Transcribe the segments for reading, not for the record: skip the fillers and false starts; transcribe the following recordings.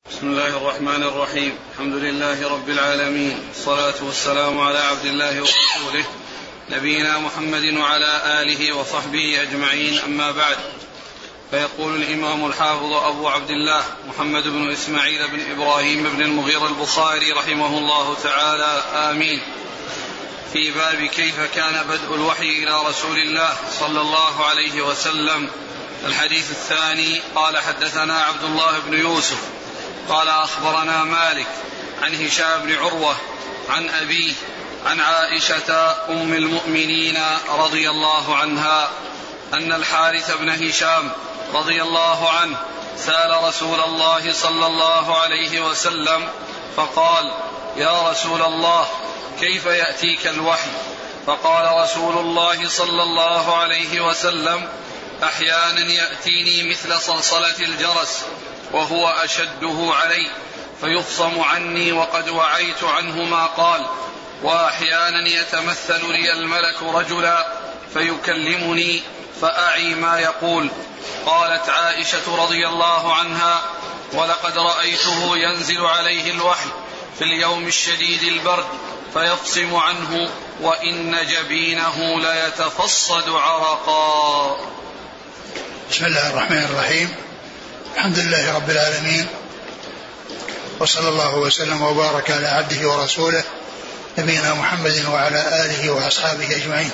بسم الله الرحمن الرحيم. الحمد لله رب العالمين، الصلاة والسلام على عبد الله ورسوله نبينا محمد وعلى آله وصحبه أجمعين، أما بعد. فيقول الإمام الحافظ أبو عبد الله محمد بن إسماعيل بن إبراهيم بن المغيرة البخاري رحمه الله تعالى، آمين. في باب كيف كان بدء الوحي إلى رسول الله صلى الله عليه وسلم. الحديث الثاني. قال حدثنا عبد الله بن يوسف قال أخبرنا مالك عن هشام بن عروة عن أبيه عن عائشة أم المؤمنين رضي الله عنها أن الحارث بن هشام رضي الله عنه سأل رسول الله صلى الله عليه وسلم فقال: يا رسول الله، كيف يأتيك الوحي؟ فقال رسول الله صلى الله عليه وسلم: أحيانا يأتيني مثل صلصلة الجرس وهو أشده علي فيفصم عني وقد وعيت عنه ما قال، وأحيانا يتمثل لي الملك رجلا فيكلمني فأعي ما يقول. قالت عائشة رضي الله عنها: ولقد رأيته ينزل عليه الوحي في اليوم الشديد البرد فيفصم عنه وإن جبينه ليتفصد عرقا. بسم الله الرحمن الرحيم. الحمد لله رب العالمين، وصلى الله وسلم وبارك على عبده ورسوله نبينا محمد وعلى آله وأصحابه أجمعين.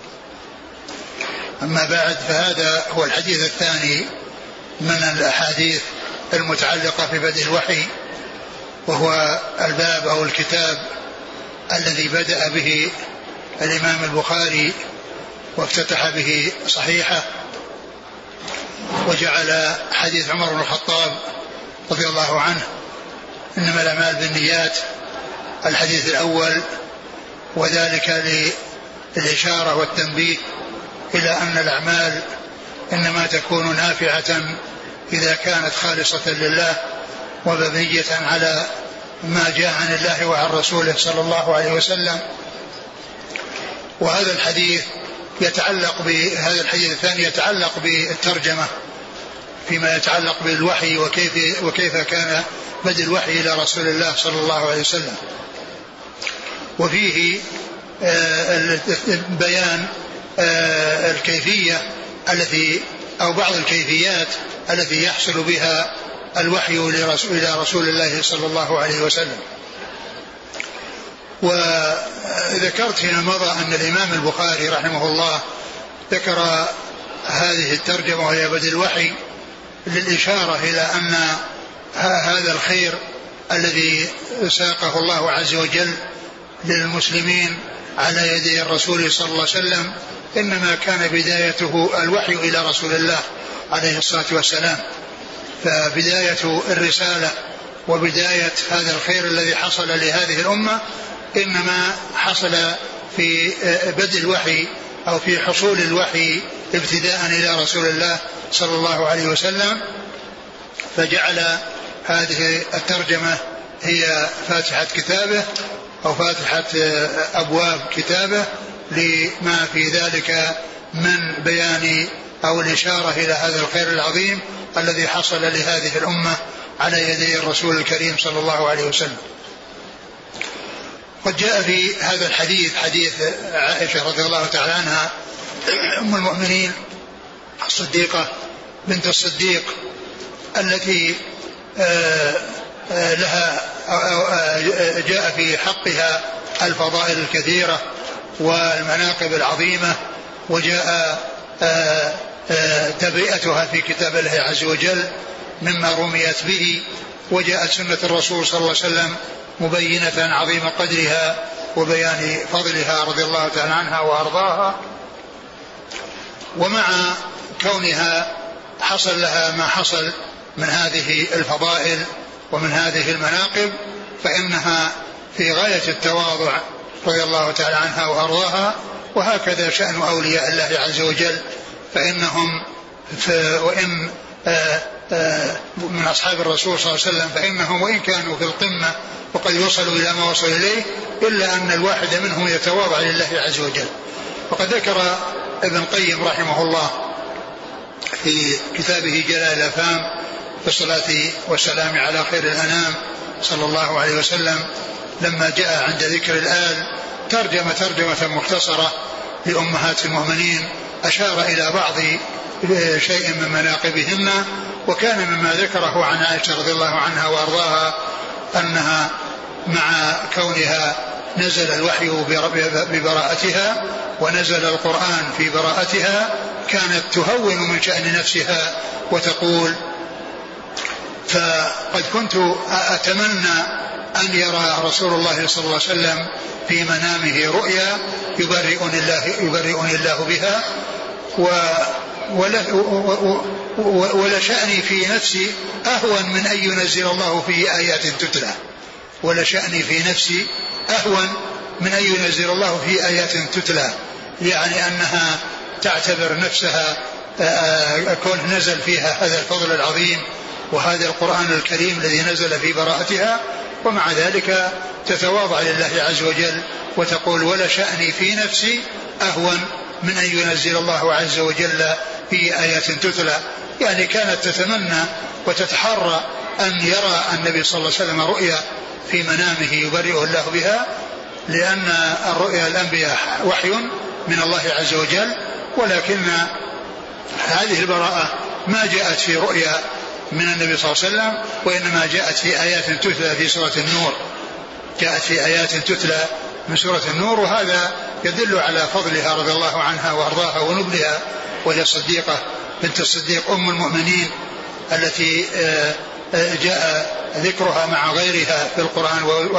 أما بعد، فهذا هو الحديث الثاني من الأحاديث المتعلقة ببدء الوحي، وهو الباب أو الكتاب الذي بدأ به الإمام البخاري وافتتح به صحيحه، وجعل حديث عمر بن الخطاب رضي الله عنه إنما الأعمال بالنيات الحديث الأول، وذلك للإشارة والتنبيه إلى أن الأعمال إنما تكون نافعة إذا كانت خالصة لله ومبنية على ما جاء عن الله وعن رسوله صلى الله عليه وسلم. وهذا الحديث الثاني يتعلق بالترجمة فيما يتعلق بالوحي وكيف كان بدء الوحي إلى رسول الله صلى الله عليه وسلم، وفيه بيان الكيفية أو بعض الكيفيات التي يحصل بها الوحي إلى رسول الله صلى الله عليه وسلم. وذكرت فيما مضى أن الإمام البخاري رحمه الله ذكر هذه الترجمة وهي بدء الوحي للإشارة إلى أن هذا الخير الذي ساقه الله عز وجل للمسلمين على يدي الرسول صلى الله عليه وسلم إنما كان بدايته الوحي إلى رسول الله عليه الصلاة والسلام. فبداية الرسالة وبداية هذا الخير الذي حصل لهذه الأمة إنما حصل في بدء الوحي أو في حصول الوحي ابتداء إلى رسول الله صلى الله عليه وسلم. فجعل هذه الترجمة هي فاتحة كتابه أو فاتحة أبواب كتابه لما في ذلك من بيان أو الإشارة إلى هذا الخير العظيم الذي حصل لهذه الأمة على يدي الرسول الكريم صلى الله عليه وسلم. قد جاء في هذا الحديث حديث عائشة رضي الله تعالى عنها أم المؤمنين الصديقة بنت الصديق التي لها جاء في حقها الفضائل الكثيرة والمناقب العظيمة، وجاء تبرئتها في كتاب الله عز وجل مما رميت به، وجاءت سنة الرسول صلى الله عليه وسلم مبينة عظيم قدرها وبيان فضلها رضي الله تعالى عنها وأرضاها. ومع كونها حصل لها ما حصل من هذه الفضائل ومن هذه المناقب، فإنها في غاية التواضع رضي الله تعالى عنها وأرضاها. وهكذا شأن أولياء الله عز وجل، فإنهم وإن من أصحاب الرسول صلى الله عليه وسلم فإنهم وإن كانوا في القمة وقد وصلوا إلى ما وصلوا إليه إلا أن الواحد منهم يتواضع لله عز وجل. وقد ذكر ابن القيم رحمه الله في كتابه جلال الأفهام بالصلاة والسلام على خير الأنام صلى الله عليه وسلم لما جاء عند ذكر الآل ترجمة مختصرة لأمهات المؤمنين أشار إلى بعض شيء من مناقبهن. وكان مما ذكره عن عائشة رضي الله عنها وأرضاها أنها مع كونها نزل الوحي ببراءتها ونزل القرآن في براءتها كانت تهون من شأن نفسها وتقول فقد كنت أتمنى أن يرى رسول الله صلى الله عليه وسلم في منامه رؤيا يبرئني الله بها ولشأني في نفسي أهون من أن ينزل الله فيه آيات تتلى ولشأني في نفسي أهون من أن ينزل الله فيه آيات تتلى يعني أنها تعتبر نفسها كون نزل فيها هذا الفضل العظيم وهذا القرآن الكريم الذي نزل في براءتها ومع ذلك تتواضع لله عز وجل وتقول ولشأني في نفسي أهون من أن ينزل الله عز وجل في آيات تتلى. يعني كانت تتمنى وتتحرى أن يرى النبي صلى الله عليه وسلم رؤيا في منامه يبرئه الله بها لأن الرؤيا الأنبياء وحي من الله عز وجل ولكن هذه البراءة ما جاءت في رؤيا من النبي صلى الله عليه وسلم وإنما جاءت في آيات تتلى في سورة النور جاءت في آيات تتلى من سورة النور وهذا يدل على فضلها رضي الله عنها وأرضاها ونبلها وهي الصديقة بنت الصديق أم المؤمنين التي جاء ذكرها مع غيرها في القرآن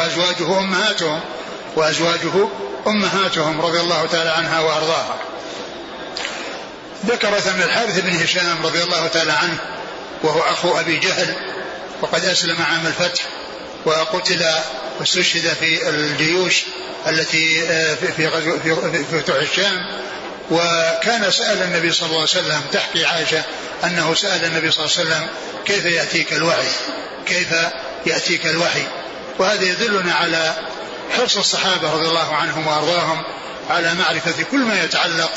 وأزواجه أمهاتهم رضي الله تعالى عنها وأرضاها. ذكرت أن الحارث بن هشام رضي الله تعالى عنه وهو أخو أبي جهل وقد أسلم عام الفتح وقتل واستشهد في الجيوش التي في فتح الشام وكان سأل النبي صلى الله عليه وسلم تحكي عائشة أنه سأل النبي صلى الله عليه وسلم كيف يأتيك الوحي وهذا يدلنا على حرص الصحابة رضي الله عنهم وأرضاهم على معرفة كل ما يتعلق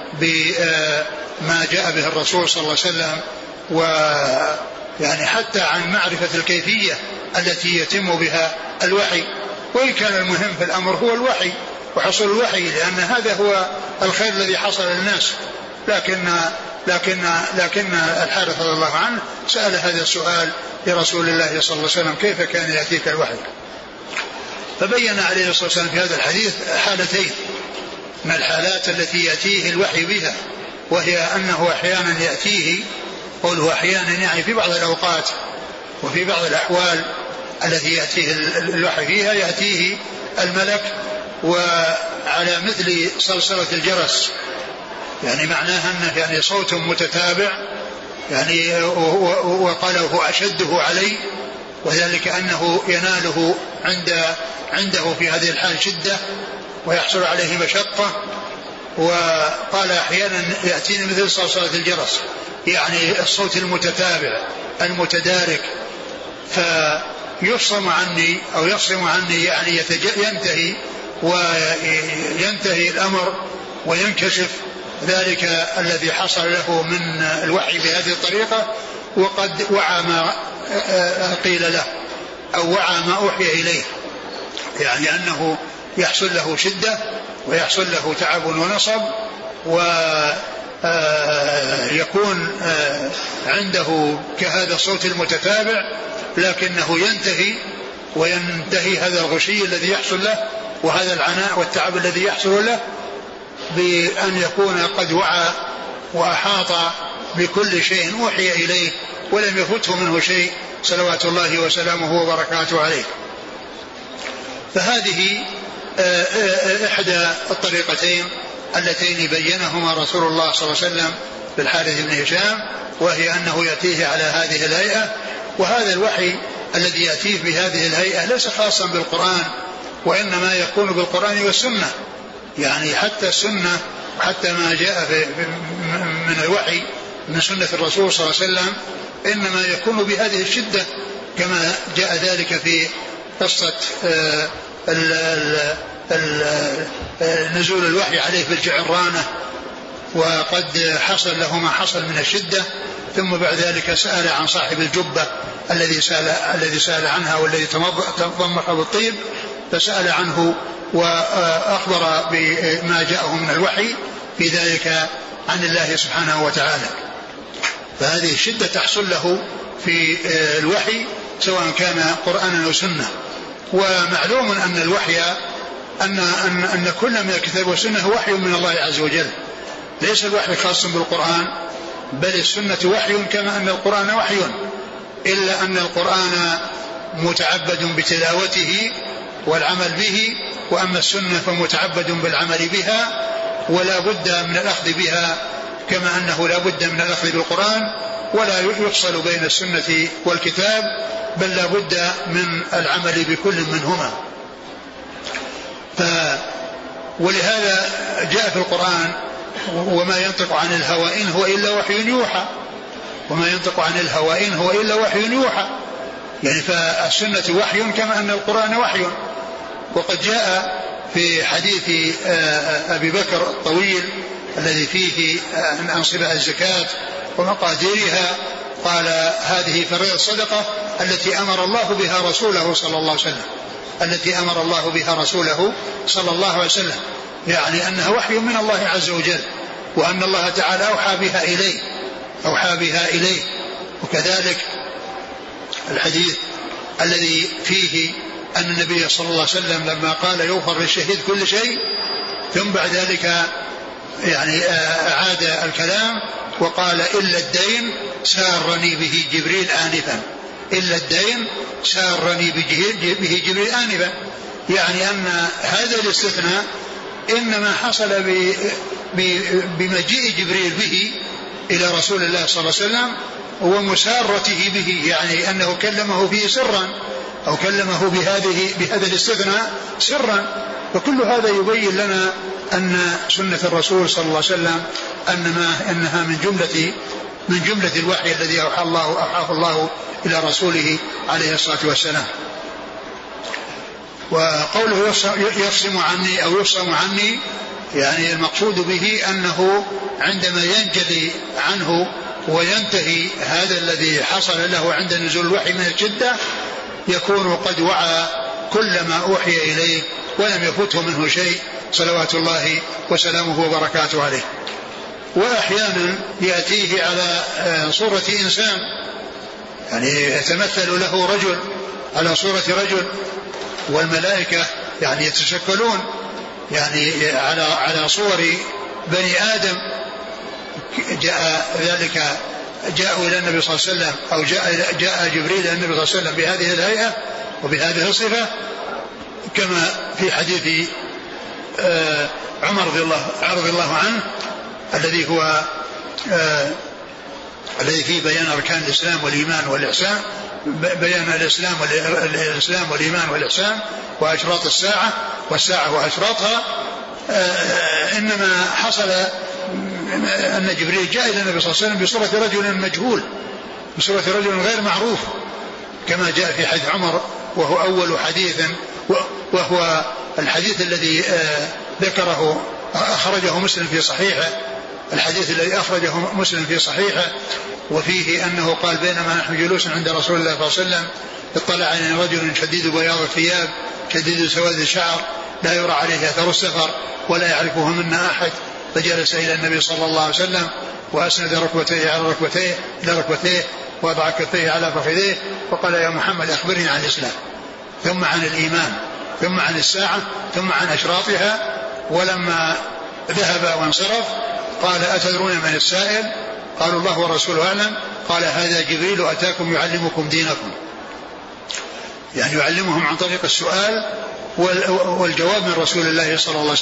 بما جاء به الرسول صلى الله عليه وسلم ويعني حتى عن معرفة الكيفية التي يتم بها الوحي وإن كان المهم في الأمر هو الوحي وحصول الوحي لأن هذا هو الخير الذي حصل للناس لكن الحارث رضي الله عنه سأل هذا السؤال لرسول الله صلى الله عليه وسلم كيف كان يأتيك الوحي فبين عليه الصلاة والسلام في هذا الحديث حالتين من الحالات التي يأتيه الوحي بها وهي أنه أحيانا يأتيه قوله أحيانا يعني في بعض الأوقات وفي بعض الأحوال التي يأتيه الوحي فيها يأتيه الملك وعلى مثل صلصلة الجرس يعني معناها أنه يعني صوت متتابع يعني وقاله أشده عليه وذلك أنه يناله عنده في هذه الحال شدة ويحصل عليه مشقة. وقال أحيانا يأتيني مثل صلصلة الجرس يعني الصوت المتتابع المتدارك فيفصم عني أو يفصم عني يعني ينتهي الأمر وينكشف ذلك الذي حصل له من الوحي بهذه الطريقة وقد وعى ما قيل له أو وعى ما أوحي إليه يعني أنه يحصل له شدة ويحصل له تعب ونصب ويكون عنده كهذا الصوت المتتابع لكنه ينتهي هذا الغشي الذي يحصل له وهذا العناء والتعب الذي يحصل له بأن يكون قد وعى وأحاط بكل شيء أوحي إليه ولم يفته منه شيء صلوات الله وسلامه وبركاته عليه. فهذه إحدى الطريقتين اللتين بينهما رسول الله صلى الله عليه وسلم بالحارث بن هشام وهي أنه يأتيه على هذه الهيئة وهذا الوحي الذي يأتيه بهذه الهيئة ليس خاصا بالقرآن وإنما يكون بالقرآن والسنة يعني حتى السنة حتى ما جاء من الوحي من سنة الرسول صلى الله عليه وسلم إنما يكون بهذه الشدة كما جاء ذلك في قصة نزول الوحي عليه بالجعرانة وقد حصل له ما حصل من الشدة، ثم بعد ذلك سأل عن صاحب الجبة الذي سأل عنها والذي تضمخ بالطيب، فسأل عنه وأخبر بما جاءه من الوحي في ذلك عن الله سبحانه وتعالى. فهذه الشدة تحصل له في الوحي سواء كان قرآنا أو سنة. ومعلوم أن الوحي أن كل من الكتاب والسنة وحي من الله عز وجل، ليس الوحي خاص بالقرآن، بل السنة وحي كما أن القرآن وحي، إلا أن القرآن متعبد بتلاوته والعمل به، وأما السنة فمتعبد بالعمل بها ولا بد من الأخذ بها، كما أنه لا بد من الأخذ بالقرآن، ولا يفصل بين السنة والكتاب، بل لا بد من العمل بكل منهما. ولهذا جاء في القرآن وما ينطق عن الهوى إن هو إلا وحي يوحى، وما ينطق عن الهوى إن هو إلا وحي يوحى، يعني فالسنة وحي كما أن القرآن وحي. وقد جاء في حديث أبي بكر الطويل الذي فيه أن أنصبها الزكاة ومقاديرها، قال هذه فريضة الصدقة التي أمر الله بها رسوله صلى الله عليه وسلم، التي أمر الله بها رسوله صلى الله عليه وسلم، يعني أنها وحي من الله عز وجل، وأن الله تعالى أوحى بها إليه. وكذلك الحديث الذي فيه أن النبي صلى الله عليه وسلم لما قال يغفر للشهيد كل شيء، ثم بعد ذلك يعني أعاد الكلام وقال إلا الدين سارني به جبريل آنفا، إلا الدين سارني به جبريل آنفا، يعني أن هذا الاستثناء إنما حصل بمجيء جبريل به إلى رسول الله صلى الله عليه وسلم ومسارته به، يعني أنه كلمه فيه سرا أو كلمه بهذا الاستثناء سرا. فكل هذا يبين لنا أن سنة الرسول صلى الله عليه وسلم أنها من جملة الوحي الذي أوحاه الله إلى رسوله عليه الصلاة والسلام. وقوله يفصم عني أو يفصم عني، يعني المقصود به أنه عندما ينجلي عنه وينتهي هذا الذي حصل له عند نزول الوحي من الشدة، يكون قد وعى كل ما أوحي إليه ولم يفته منه شيء صلوات الله وسلامه وبركاته عليه. وأحيانا يأتيه على صورة إنسان، يعني يتمثل له رجل على صورة رجل، والملائكة يعني يتشكلون يعني على صور بني آدم. جاءوا إلى النبي صلى الله عليه وسلم أو جاء جبريل إلى النبي صلى الله عليه وسلم بهذه الهيئة وبهذه الصفة، كما في حديث عمر رضي الله عنه الذي هو الذي فيه بيان أركان الإسلام والإيمان والإحسان، بيان الإسلام والإيمان والإحسان وأشراط والساعة وأشراطها. إنما حصل أن جبريل جاء إلى النبي صلى الله عليه وسلم بصورة رجل مجهول، بصورة رجل غير معروف، كما جاء في حديث عمر، وهو أول حديث، وهو الحديث الذي أخرجه مسلم في صحيحه، الحديث الذي أخرجه مسلم في صحيحه، وفيه أنه قال بينما نحن جلوس عند رسول الله صلى الله عليه وسلم اطلع علينا رجل شديد بياض الثياب شديد سواد الشعر لا يرى عليه أثر السفر ولا يعرفه منا أحد، فجلس إلى النبي صلى الله عليه وسلم وأسند ركبتيه على ركبتيه ووضع كفيه على فخذيه وقال يا محمد أخبرني عن الإسلام ثم عن الإيمان ثم عن الساعة ثم عن أشراطها. ولما ذهب وانصرف قال أتدرون من السائل؟ قالوا الله ورسوله أعلم. قال هذا جبريل أتاكم يعلمكم دينكم، يعني يعلمهم عن طريق السؤال والجواب من رسول الله صلى الله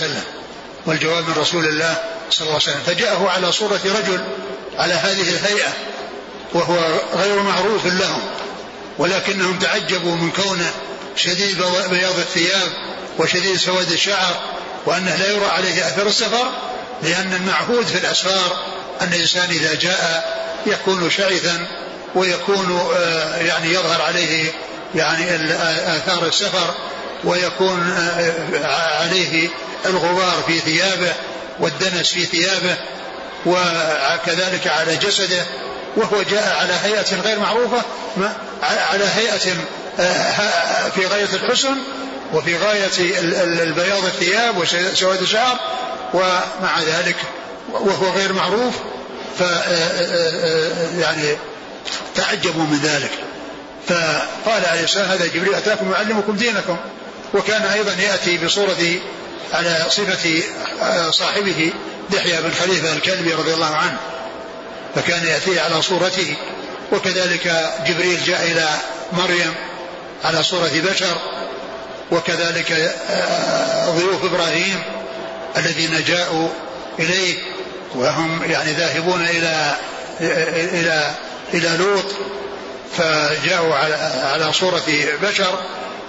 عليه وسلم. فجاءه على صورة رجل على هذه الهيئة وهو غير معروف لهم، ولكنهم تعجبوا من كونه شديد بياض الثياب وشديد سواد الشعر وأنه لا يرى عليه أثر السفر، لأن المعهود في الأسفار أن الإنسان إذا جاء يكون شعثا ويكون يعني يظهر عليه يعني آثار السفر ويكون عليه الغبار في ثيابه والدنس في ثيابه، وكذلك على جسده، وهو جاء على هيئة غير معروفة، على هيئة في غاية الحسن وفي غاية البياض الثياب وسواد الشعر، ومع ذلك وهو غير معروف، يعني تعجبوا من ذلك. فقال عليه السلام هذا جبريل أتاكم يعلمكم دينكم. وكان أيضا يأتي بصورة على صفة صاحبه دحية بن خليفة الكلبي رضي الله عنه، فكان يأتي على صورته. وكذلك جبريل جاء إلى مريم على صورة بشر، وكذلك ضيوف إبراهيم الذين جاءوا إليه وهم يعني ذاهبون إلى لوط، فجاءوا على صورة بشر،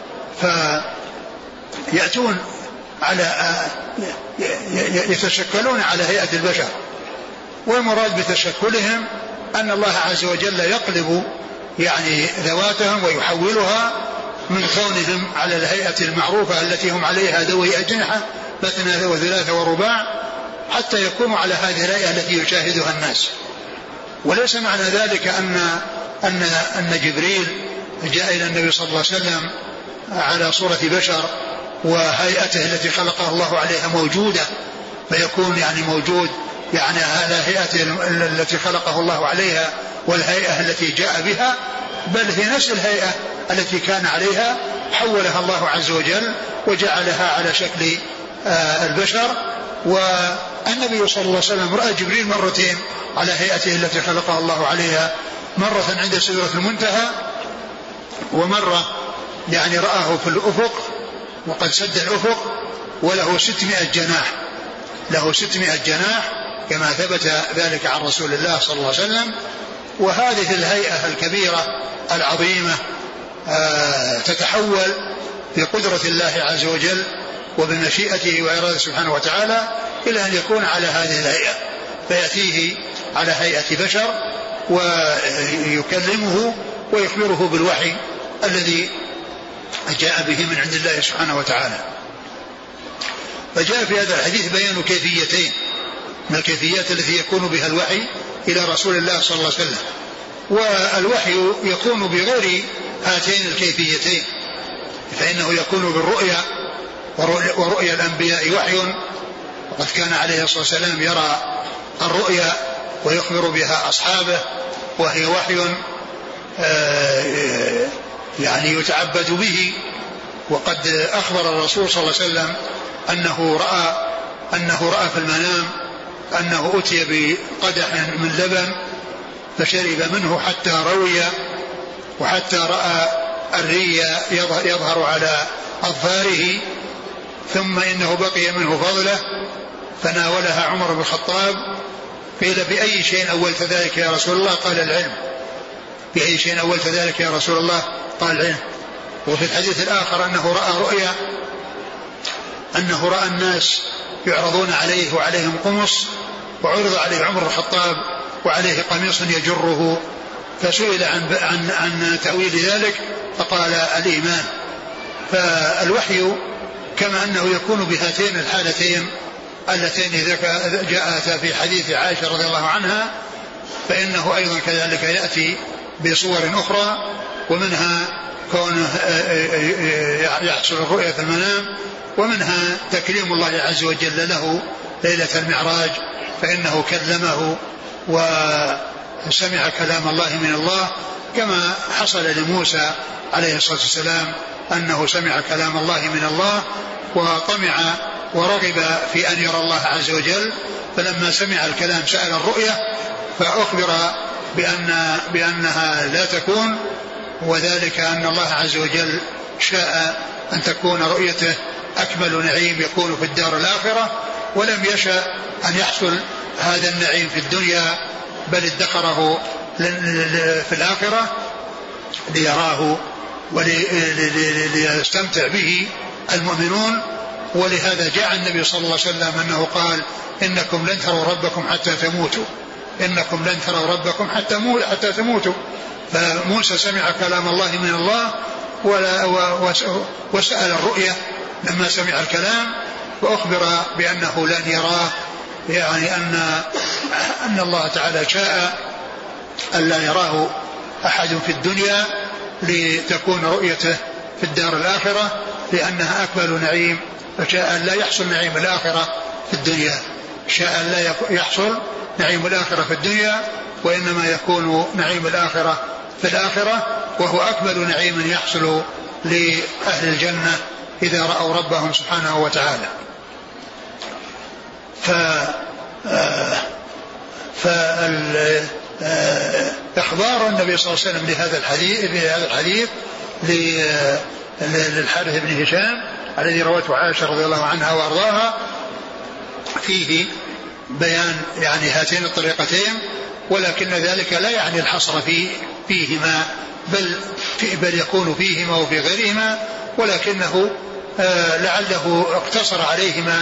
فيأتون يتشكلون على هيئة البشر. والمراد بتشكلهم أن الله عز وجل يقلب يعني ذواتهم ويحولها من كونهم على الهيئة المعروفة التي هم عليها ذوي أجنحة مثنى وثلاثة ورباع، حتى يكونوا على هذه الهيئة التي يشاهدها الناس. وليس معنى ذلك أن جبريل جاء إلى النبي صلى الله عليه وسلم على صورة بشر وهيئته التي خلقها الله عليها موجودة، فيكون يعني موجود يعني على هيئته التي خلقه الله عليها والهيئة التي جاء بها، بل في نفس الهيئة التي كان عليها حولها الله عز وجل وجعلها على شكل البشر. والنبي صلى الله عليه وسلم رأى جبريل مرتين على هيئته التي خلقها الله عليها، مرة عند سدرة المنتهى، ومرة يعني رآه في الأفق وقد سد الأفق، وله 600 جناح، له 600 جناح كما ثبت ذلك عن رسول الله صلى الله عليه وسلم. وهذه الهيئة الكبيرة العظيمة تتحول بقدرة الله عز وجل وبمشيئته وإرادته سبحانه وتعالى إلى أن يكون على هذه الهيئة، فيأتيه على هيئة بشر ويكلمه ويخبره بالوحي الذي جاء به من عند الله سبحانه وتعالى. فجاء في هذا الحديث بيان كيفيتين من الكيفيات التي يكون بها الوحي إلى رسول الله صلى الله عليه وسلم. والوحي يكون بغير هاتين الكيفيتين، فإنه يكون بالرؤيا، ورؤيا الأنبياء وحي، وقد كان عليه الصلاة والسلام يرى الرؤيا ويخبر بها أصحابه، وهي وحي يعني يتعبد به. وقد أخبر الرسول صلى الله عليه وسلم أنه رأى في المنام أنه أتي بقدح من لبن فشرب منه حتى روي، وحتى رأى الري يظهر على أظفاره، ثم إنه بقي منه فضلة فناولها عمر بن الخطاب. قيل بأي شيء أولت ذلك يا رسول الله؟ قال العلم. بأي شيء أولت ذلك يا رسول الله؟ قال العلم. وفي الحديث الآخر أنه رأى رؤيا، أنه رأى الناس يعرضون عليه وعليهم قمص، وعرض عليه عمر الخطاب وعليه قميص يجره، فسئل عن تأويل ذلك فقال الإيمان. فالوحي كما أنه يكون بهاتين الحالتين اللتين جاءتا في حديث عائشة رضي الله عنها، فإنه أيضا كذلك يأتي بصور أخرى، ومنها كونه يحصل الرؤية في المنام، ومنها تكليم الله عز وجل له ليلة المعراج، فإنه كلمه وسمع كلام الله من الله، كما حصل لموسى عليه الصلاة والسلام أنه سمع كلام الله من الله وطمع ورغب في أن يرى الله عز وجل، فلما سمع الكلام سأل الرؤية فأخبر بأنها لا تكون، وذلك أن الله عز وجل شاء أن تكون رؤيته أكمل نعيم يكون في الدار الآخرة، ولم يشأ أن يحصل هذا النعيم في الدنيا، بل ادخره في الآخرة ليراه وليستمتع به المؤمنون. ولهذا جاء النبي صلى الله عليه وسلم أنه قال إنكم لن تروا ربكم حتى تموتوا، إنكم لن تروا ربكم حتى تموتوا. فموسى سمع كلام الله من الله وسأل الرؤية لما سمع الكلام، وأخبر بأنه لن يراه يعني أن الله تعالى شاء ألا يراه أحد في الدنيا لتكون رؤيته في الدار الآخرة لأنها أكمل نعيم، فشاء أن لا يحصل نعيم الآخرة في الدنيا، شاء أن لا يحصل نعيم الآخرة في الدنيا، وإنما يكون نعيم الآخرة في الآخرة، وهو أكمل نعيم يحصل لأهل الجنة إذا رأوا ربهم سبحانه وتعالى. فإخبار النبي صلى الله عليه وسلم بهذا الحديث للحارث بن هشام الذي روته عائشة رضي الله عنها وأرضاها فيه بيان يعني هاتين الطريقتين، ولكن ذلك لا يعني الحصر فيهما، بل يكون فيهما وفي غيرهما، ولكنه لعله اقتصر عليهما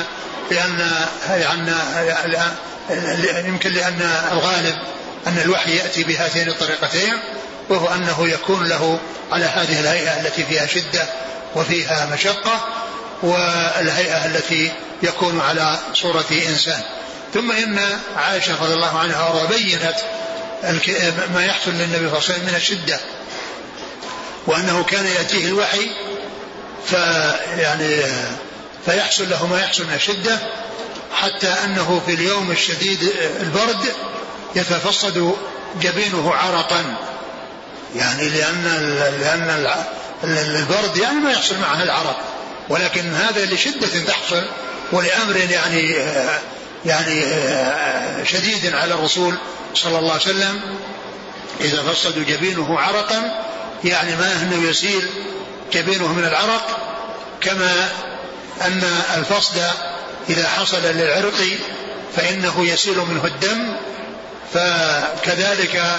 يمكن لأن الغالب أن الوحي يأتي بهاتين الطريقتين، وهو أنه يكون له على هذه الهيئة التي فيها شدة وفيها مشقة، والهيئة التي يكون على صورة إنسان. ثم إن عائشة رضي الله عنها بينت ما يحصل للنبي صلى الله عليه وسلم من الشدة، وأنه كان يأتيه الوحي فيحصل له ما يحصل من الشدة، حتى أنه في اليوم الشديد البرد يتفصد جبينه عرقا، يعني لأن البرد يعني ما يحصل معه العرق، ولكن هذا لشدة تحصل ولأمر يعني شديد على الرسول صلى الله عليه وسلم. إذا فصد جبينه عرقا يعني ما أنه يسيل جبينه من العرق، كما أن الفصد إذا حصل للعرق فإنه يسيل منه الدم، فكذلك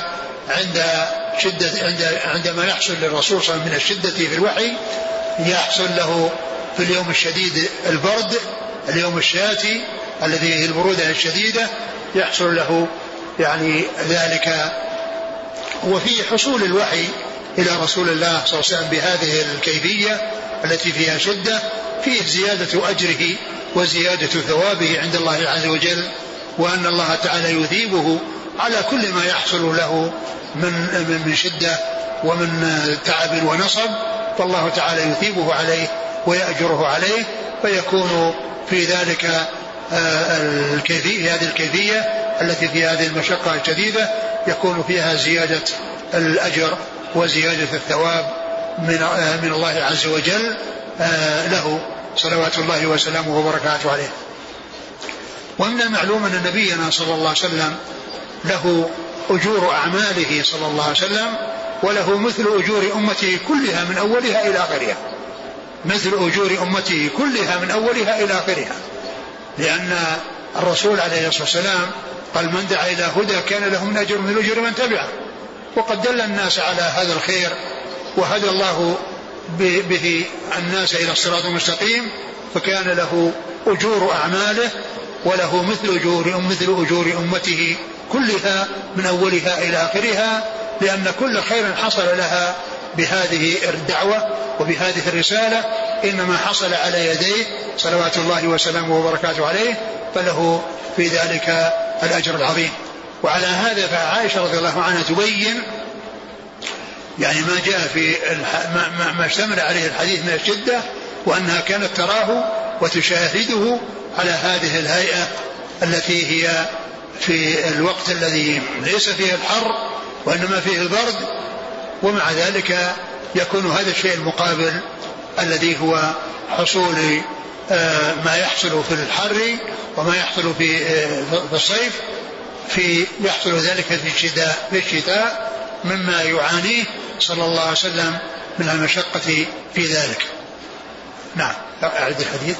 عندما يحصل للرسول صلى الله عليه وسلم من الشدة في الوحي يحصل له في اليوم الشديد البرد، اليوم الشاتي الذي هي البرودة الشديدة، يحصل له يعني ذلك. وفي حصول الوحي إلى رسول الله صلى الله عليه وسلم بهذه الكيفية التي فيها شدة فيه زيادة أجره وزيادة ثوابه عند الله عز وجل، وأن الله تعالى يثيبه على كل ما يحصل له من شدة ومن تعب ونصب، فالله تعالى يثيبه عليه ويأجره عليه، فيكون في ذلك هذه الكيفية التي في هذه المشقة الشديدة يكون فيها زيادة الأجر وزيادة الثواب من الله عز وجل له صلوات الله وسلامه وبركاته عليه. ومن المعلوم أن نبينا صلى الله عليه وسلم له أجور أعماله صلى الله عليه وسلم، وله مثل أجور أمته كلها من أولها إلى آخرها، مثل أجور أمته كلها من أولها إلى آخرها، لأن الرسول عليه الصلاة والسلام قال من دعا إلى هدى كان له من أجر من أجر من تبعه، وقد دل الناس على هذا الخير وهدى الله به الناس إلى الصراط المستقيم، فكان له أجور أعماله وله مثل أجور أمته كلها من أولها إلى آخرها، لأن كل خير حصل لها بهذه الدعوة وبهذه الرسالة إنما حصل على يديه صلوات الله وسلامه وبركاته عليه، فله في ذلك الأجر العظيم. وعلى هذا فعائشة رضي الله عنها تبين يعني ما جاء في ما اشتمل عليه الحديث من الشدة، وأنها كانت تراه وتشاهده على هذه الهيئة التي هي في الوقت الذي ليس فيه الحر وإنما فيه البرد، ومع ذلك يكون هذا الشيء المقابل الذي هو حصول ما يحصل في الحر وما يحصل في الصيف، يحصل ذلك في الشتاء مما يعانيه صلى الله عليه وسلم من المشقة في ذلك. نعم. أعد الحديث.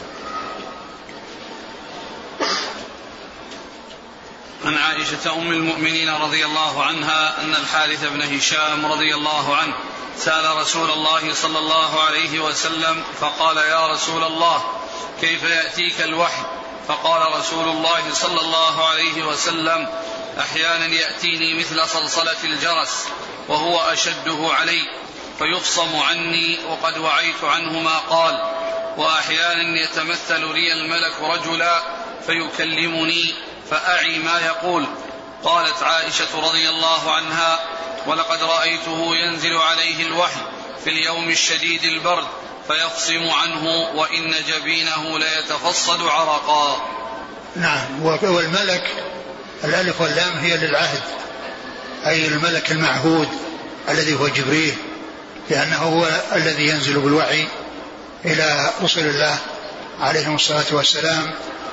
عن عائشة أم المؤمنين رضي الله عنها أن الحارث بن هشام رضي الله عنه سأل رسول الله صلى الله عليه وسلم فقال يا رسول الله كيف يأتيك الوحي؟ فقال رسول الله صلى الله عليه وسلم أحيانا يأتيني مثل صلصلة الجرس وهو أشده علي فيفصم عني وقد وعيت عنه ما قال، وأحيانا يتمثل لي الملك رجلا فيكلمني فأعي ما يقول. قالت عائشة رضي الله عنها: ولقد رأيته ينزل عليه الوحي في اليوم الشديد البرد فيفصم عنه وإن جبينه ليتفصد عرقا. نعم. والملك الألف واللام هي للعهد، أي الملك المعهود الذي هو جبريل، لأنه هو الذي ينزل بالوحي إلى رسل الله عليهم الصلاة والسلام،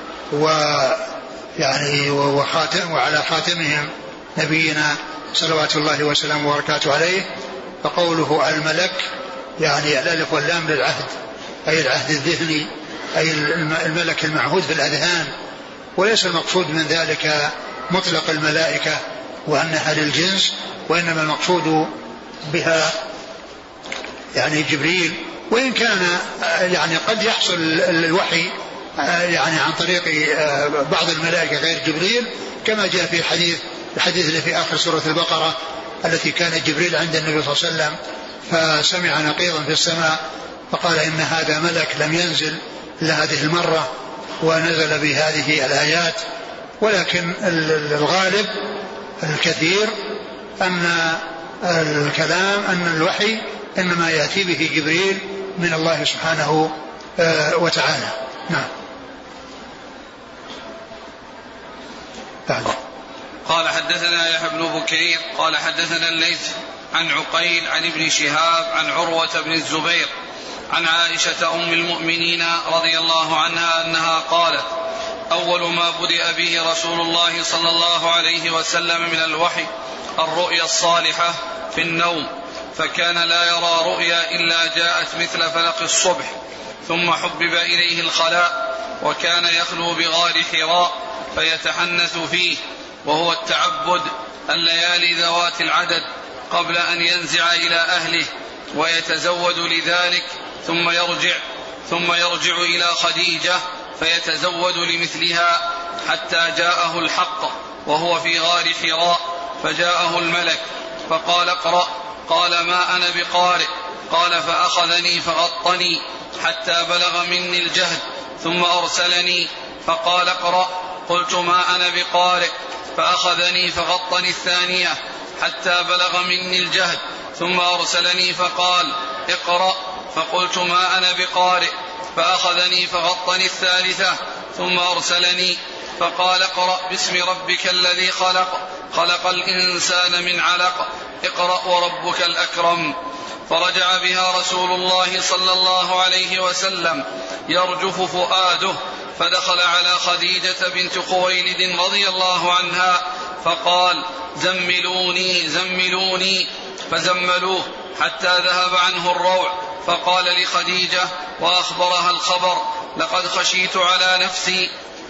ويعني وعلى خاتمهم نبينا صلوات الله وسلامه وبركاته عليه. فقوله الملك يعني الألف واللام للعهد، أي العهد الذهني، أي الملك المعهود في الأذهان، وليس المقصود من ذلك مطلق الملائكة وأنها للجنس، وإنما المقصود بها يعني جبريل. وإن كان يعني قد يحصل الوحي يعني عن طريق بعض الملائكة غير جبريل، كما جاء في الحديث اللي في آخر سورة البقرة التي كان جبريل عند النبي صلى الله عليه وسلم فسمع نقيضا في السماء فقال إن هذا ملك لم ينزل إلا هذه المرة ونزل بهذه الآيات. ولكن الغالب الكثير أن الكلام أن الوحي إنما يأتي به جبريل من الله سبحانه وتعالى. نعم. قال حدثنا يحيى بن بكير قال حدثنا الليث عن عقيل عن ابن شهاب عن عروة بن الزبير عن عائشة أم المؤمنين رضي الله عنها أنها قالت: أول ما بدأ به رسول الله صلى الله عليه وسلم من الوحي الرؤيا الصالحة في النوم، فكان لا يرى رؤيا إلا جاءت مثل فلق الصبح، ثم حبب إليه الخلاء، وكان يخلو بغار حراء فيتحنث فيه، وهو التعبد الليالي ذوات العدد قبل أن ينزع إلى أهله، ويتزود لذلك ثم يرجع إلى خديجة فيتزود لمثلها حتى جاءه الحق وهو في غار حراء، فجاءه الملك فقال: اقرأ. قال: ما أنا بقارئ. قال: فأخذني فغطني حتى بلغ مني الجهد، ثم أرسلني فقال: اقرأ. قلت: ما أنا بقارئ. فأخذني فغطني الثانية حتى بلغ مني الجهد، ثم أرسلني فقال: اقرأ. فقلت: ما أنا بقارئ. فأخذني فغطني الثالثة ثم أرسلني فقال: اقرأ باسم ربك الذي خلق الإنسان من علق، اقرأ وربك الأكرم. فرجع بها رسول الله صلى الله عليه وسلم يرجف فؤاده، فدخل على خديجة بنت خويلد رضي الله عنها فقال: زملوني زملوني، فزملوه حتى ذهب عنه الروع، فقال لخديجة وأخبرها الخبر: لقد خشيت على نفسي.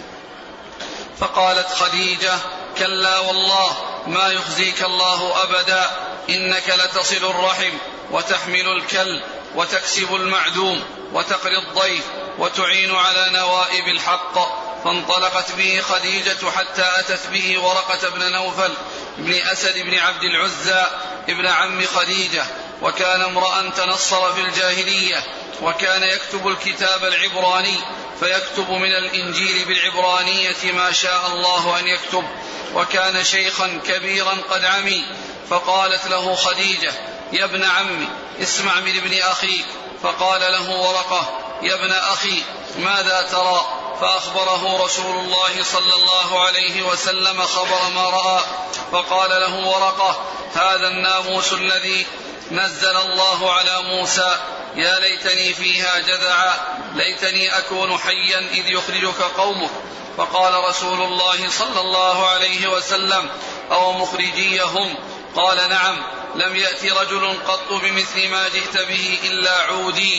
فقالت خديجة: كلا والله ما يخزيك الله أبدا، إنك لتصل الرحم وتحمل الكل وتكسب المعدوم وتقري الضيف وتعين على نوائب الحق. فانطلقت به خديجة حتى أتت به ورقة بن نوفل بن أسد بن عبد العزى ابن عم خديجة، وكان امرأ تنصر في الجاهلية، وكان يكتب الكتاب العبراني، فيكتب من الإنجيل بالعبرانية ما شاء الله أن يكتب، وكان شيخا كبيرا قد عمي. فقالت له خديجة: يا ابن عمي اسمع من ابن أخيك. فقال له ورقة: يا ابن أخي ماذا ترى؟ فأخبره رسول الله صلى الله عليه وسلم خبر ما رأى. فقال له ورقة: هذا الناموس الذي نزل الله على موسى، يا ليتني فيها جذعا، ليتني أكون حيا إذ يخرجك قومك. فقال رسول الله صلى الله عليه وسلم: أو مخرجيهم؟ قال: نعم، لم يأتي رجل قط بمثل ما جئت به إلا عودي،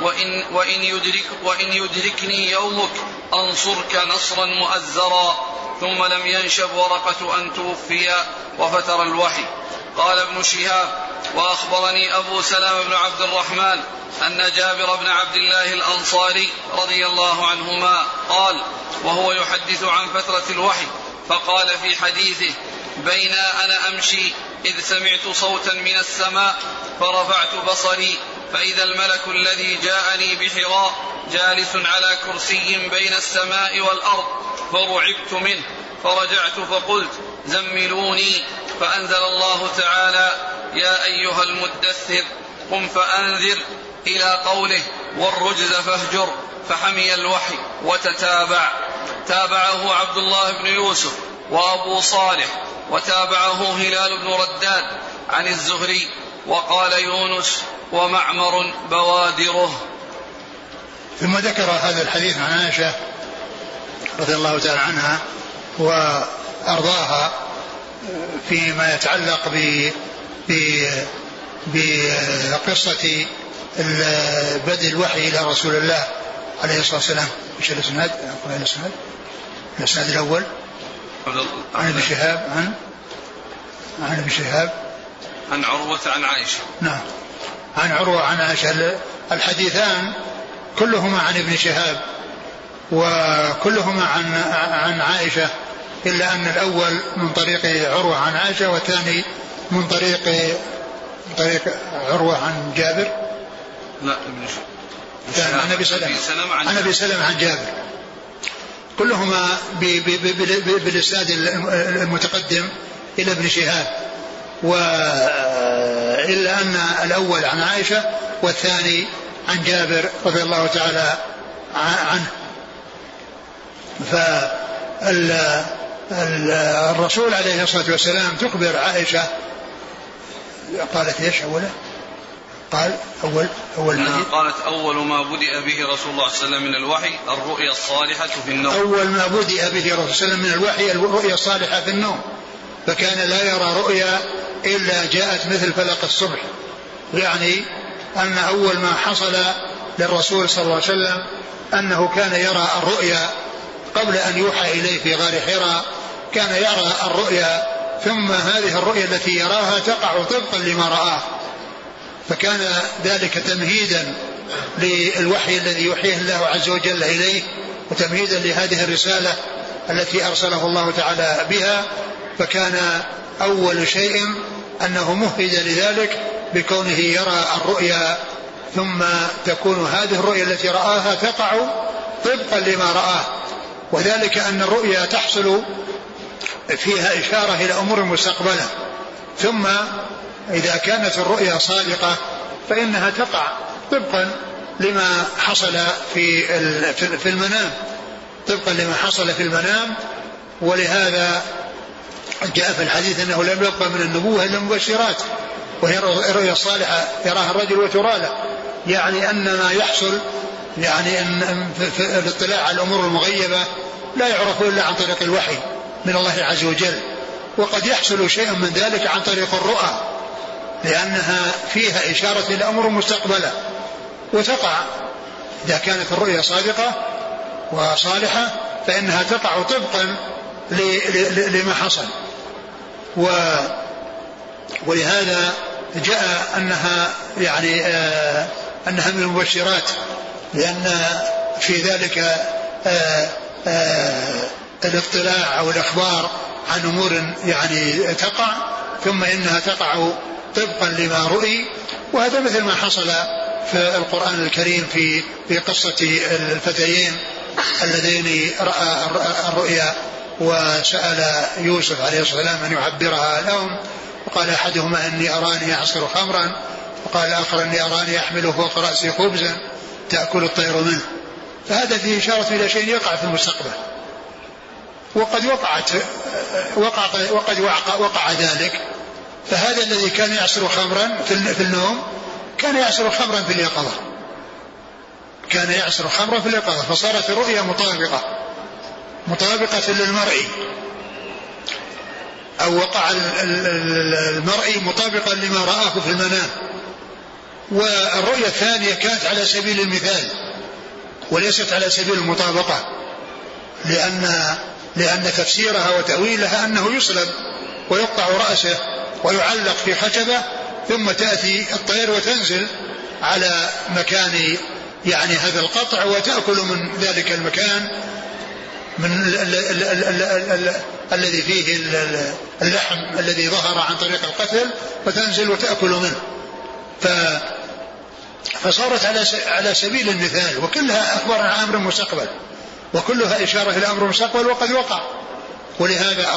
وإن يدركني يومك أنصرك نصرا مؤزرا. ثم لم ينشب ورقة أن توفي وفتر الوحي. قال ابن شهاب: وأخبرني أبو سلام بن عبد الرحمن أن جابر بن عبد الله الأنصاري رضي الله عنهما قال وهو يحدث عن فترة الوحي، فقال في حديثه: بين أنا أمشي إذ سمعت صوتا من السماء، فرفعت بصري فإذا الملك الذي جاءني بحراء جالس على كرسي بين السماء والأرض، فرعبت منه، فرجعت فقلت زملوني، فأنزل الله تعالى يا أيها المدثر قم فأنذر إلى قوله والرجز فاهجر، فحمي الوحي وتتابع. تابعه عبد الله بن يوسف وأبو صالح، وتابعه هلال بن رداد عن الزهري، وقال يونس ومعمر بوادره. ثم ذكر هذا الحديث عن عائشة رضي الله تعالى عنها وأرضاها فيما يتعلق بقصة بدء الوحي إلى رسول الله عليه الصلاة والسلام. ايش الاسناد؟ الاسناد الأول عن ابن شهاب عن ابن شهاب عن عروة عن عائشة. نعم، عن عروة عن عائشة. الحديثان كلهما عن ابن شهاب وكلهما عن عائشة، إلا أن الأول من طريق عروة عن عائشة، والثاني من طريق عروة عن جابر. لا، ابن شهاب عن أبي سلمة عن جابر، كلهما بالإسناد المتقدم إلى ابن شهاب، إلا أن الأول عن عائشة والثاني عن جابر رضي الله تعالى عنه. فالرسول عليه الصلاة والسلام تخبر عائشة، قالت ايش اوله؟ قال اول حديث قالت اول ما بدأ به رسول الله صلى الله عليه وسلم من الوحي الرؤيا الصالحة في النوم. اول ما بدأ به رسول الله صلى الله عليه وسلم من الوحي الرؤيا الصالحة في النوم، فكان لا يرى رؤيا الا جاءت مثل فلق الصبح، يعني ان اول ما حصل للرسول صلى الله عليه وسلم انه كان يرى الرؤيا قبل ان يوحى اليه في غار حراء، كان يرى الرؤيا، ثم هذه الرؤيا التي يراها تقع طبقا لما رآه، فكان ذلك تمهيدا للوحي الذي يوحيه الله عز وجل إليه، وتمهيدا لهذه الرسالة التي أرسله الله تعالى بها. فكان أول شيء أنه مهد لذلك بكونه يرى الرؤيا، ثم تكون هذه الرؤيا التي رآها تقع طبقا لما رآه، وذلك أن الرؤيا تحصل فيها إشارة إلى أمور مستقبلة، ثم إذا كانت الرؤيا صادقة فإنها تقع طبقا لما حصل في المنام، طبقا لما حصل في المنام. ولهذا جاء في الحديث أنه لم يبقى من النبوة إلا مبشرات، وهي الرؤيا الصالحة يراها الرجل وترى له، يعني أن ما يحصل، يعني أن في الاطلاع على الأمور المغيبة لا يعرف إلا عن طريق الوحي من الله عز وجل، وقد يحصل شيء من ذلك عن طريق الرؤى، لأنها فيها إشارة إلى أمور مستقبلة، وتقع إذا كانت الرؤيا صادقة وصالحة فإنها تقع طبقا لما حصل. ولهذا جاء أنها يعني أنها من المبشرات، لأن في ذلك الاطلاع أو الإخبار عن أمور يعني تقع، ثم إنها تقع طبقا لما رؤي. وهذا مثل ما حصل في القرآن الكريم في قصة الفتيين اللذين رأى الرؤيا وسأل يوسف عليه الصلاة والسلام أن يعبرها لهم، وقال أحدهما إني أراني أعصر خمرا، وقال الآخر إني أراني أحمله فوق رأسي خبزا تأكل الطير منه. فهذا فيه إشارة إلى شيء يقع في المستقبل، وقد وقع ذلك. فهذا الذي كان يعصر خمرا في النوم كان يعصر خمرا في اليقظة، كان يعصر خمرا في اليقظة، فصارت الرؤيا مطابقة للمرئي، أو وقع المرئي مطابقا لما رآه في المنام. والرؤيا الثانية كانت على سبيل المثال وليست على سبيل المطابقة، لأن تفسيرها وتأويلها أنه يصلب ويقطع رأسه ويعلق في خشبة، ثم تأتي الطير وتنزل على مكان يعني هذا القطع وتأكل من ذلك المكان من الذي فيه اللحم الذي ظهر عن طريق القتل، وتنزل وتأكل منه. فصارت على سبيل المثال، وكلها أخبار عن أمر مستقبل، وكلها إشارة إلى أمر مستقبل وقد وقع. ولهذا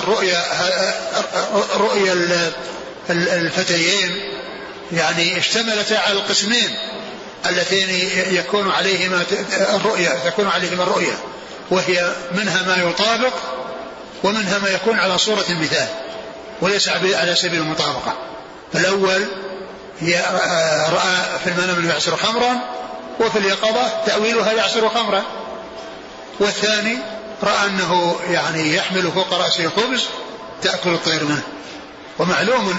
رؤيا الفتيين يعني اشتملتا على القسمين اللتين يكون عليهما الرؤيا، وهي منها ما يطابق ومنها ما يكون على صورة المثال وليس على سبيل المطابقة. فالأول رأى في المنام أنه يعصر خمرا وفي اليقظة تأويلها يعصر خمرا، والثاني رأى أنه يعني يحمل فوق رأسه خبز تأكل الطير منه. ومعلوم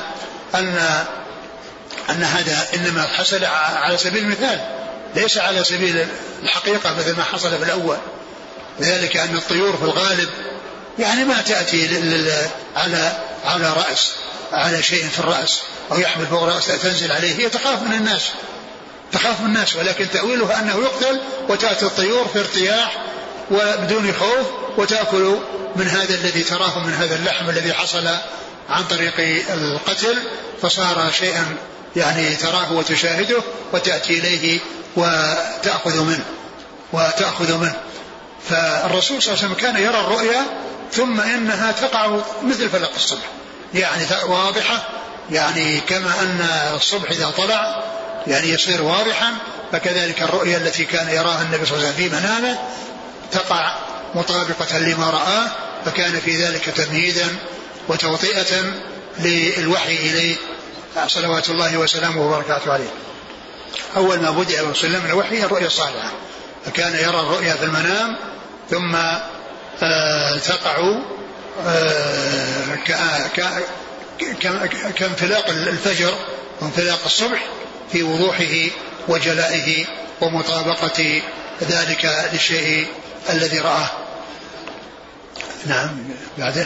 أن هذا إنما حصل على سبيل المثال ليس على سبيل الحقيقة مثل ما حصل في الأول، ذلك أن الطيور في الغالب يعني ما تأتي على رأس على شيء في الرأس أو يحمل فوق رأسه تنزل عليه، هي تخاف من الناس، ولكن تأويلها أنه يقتل وتأتي الطيور في ارتياح وبدون خوف وتأكل من هذا الذي تراه من هذا اللحم الذي حصل عن طريق القتل، فصار شيئا يعني تراه وتشاهده وتأتي إليه وتأخذ منه. فالرسول صلى الله عليه وسلم كان يرى الرؤيا ثم إنها تقع مثل فلق الصبح، يعني واضحة، يعني كما أن الصبح إذا طلع يعني يصير واضحا، فكذلك الرؤيا التي كان يراها النبي صلى الله عليه وسلم في منامه تقع مطابقة لما رآه، فكان في ذلك تمهيدا وتوطئة للوحي إليه صلوات الله وسلامه وبركاته عليه. أول ما بدأ وسلم الوحي الرؤيا الصالحة، فكان يرى الرؤيا في المنام ثم تقع كانفلاق الفجر وانفلاق الصبح في وضوحه وجلائه ومطابقة ذلك للشيء الذي رآه. نعم. بعده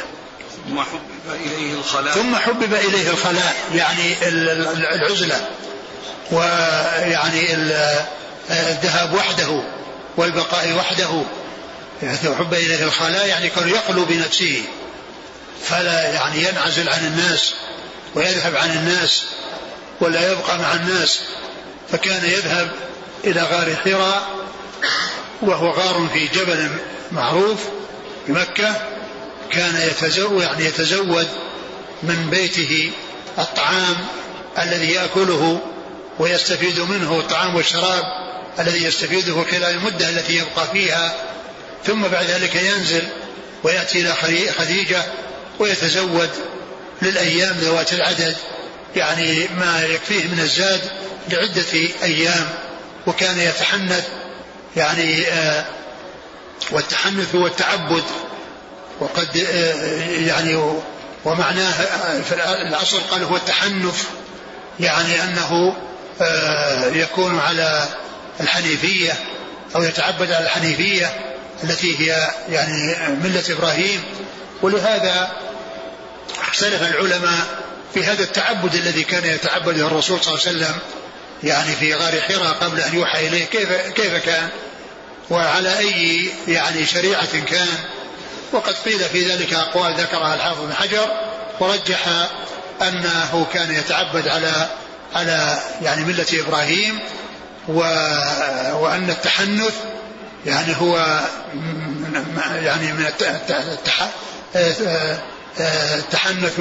ثم حبب إليه الخلاء يعني العزلة، ويعني الذهاب وحده والبقاء وحده. حب إليه الخلاء يعني كان يخلو بنفسه فلا يعني ينعزل عن الناس ويذهب عن الناس ولا يبقى مع الناس. فكان يذهب إلى غار حراء وهو غار في جبل معروف في مكة، كان يتزود من بيته الطعام الذي يأكله ويستفيد منه، الطعام والشراب الذي يستفيده خلال المدة التي يبقى فيها، ثم بعد ذلك ينزل ويأتي إلى خديجة ويتزود للأيام ذوات العدد، يعني ما يكفيه من الزاد لعدة أيام. وكان يتحنث يعني والتحنث هو التعبد، وقد يعني ومعناه في الأصل قال هو التحنث، يعني أنه يكون على الحنيفية أو يتعبد على الحنيفية التي هي يعني ملة إبراهيم. ولهذا اختلف العلماء في هذا التعبد الذي كان يتعبده الرسول صلى الله عليه وسلم يعني في غار حراء قبل أن يوحى إليه، كيف كان وعلى أي يعني شريعة كان. وقد قيل في ذلك أقوال ذكرها الحافظ بن حجر، ورجح أنه كان يتعبد على يعني ملة إبراهيم، وأن التحنث يعني هو يعني من التحنث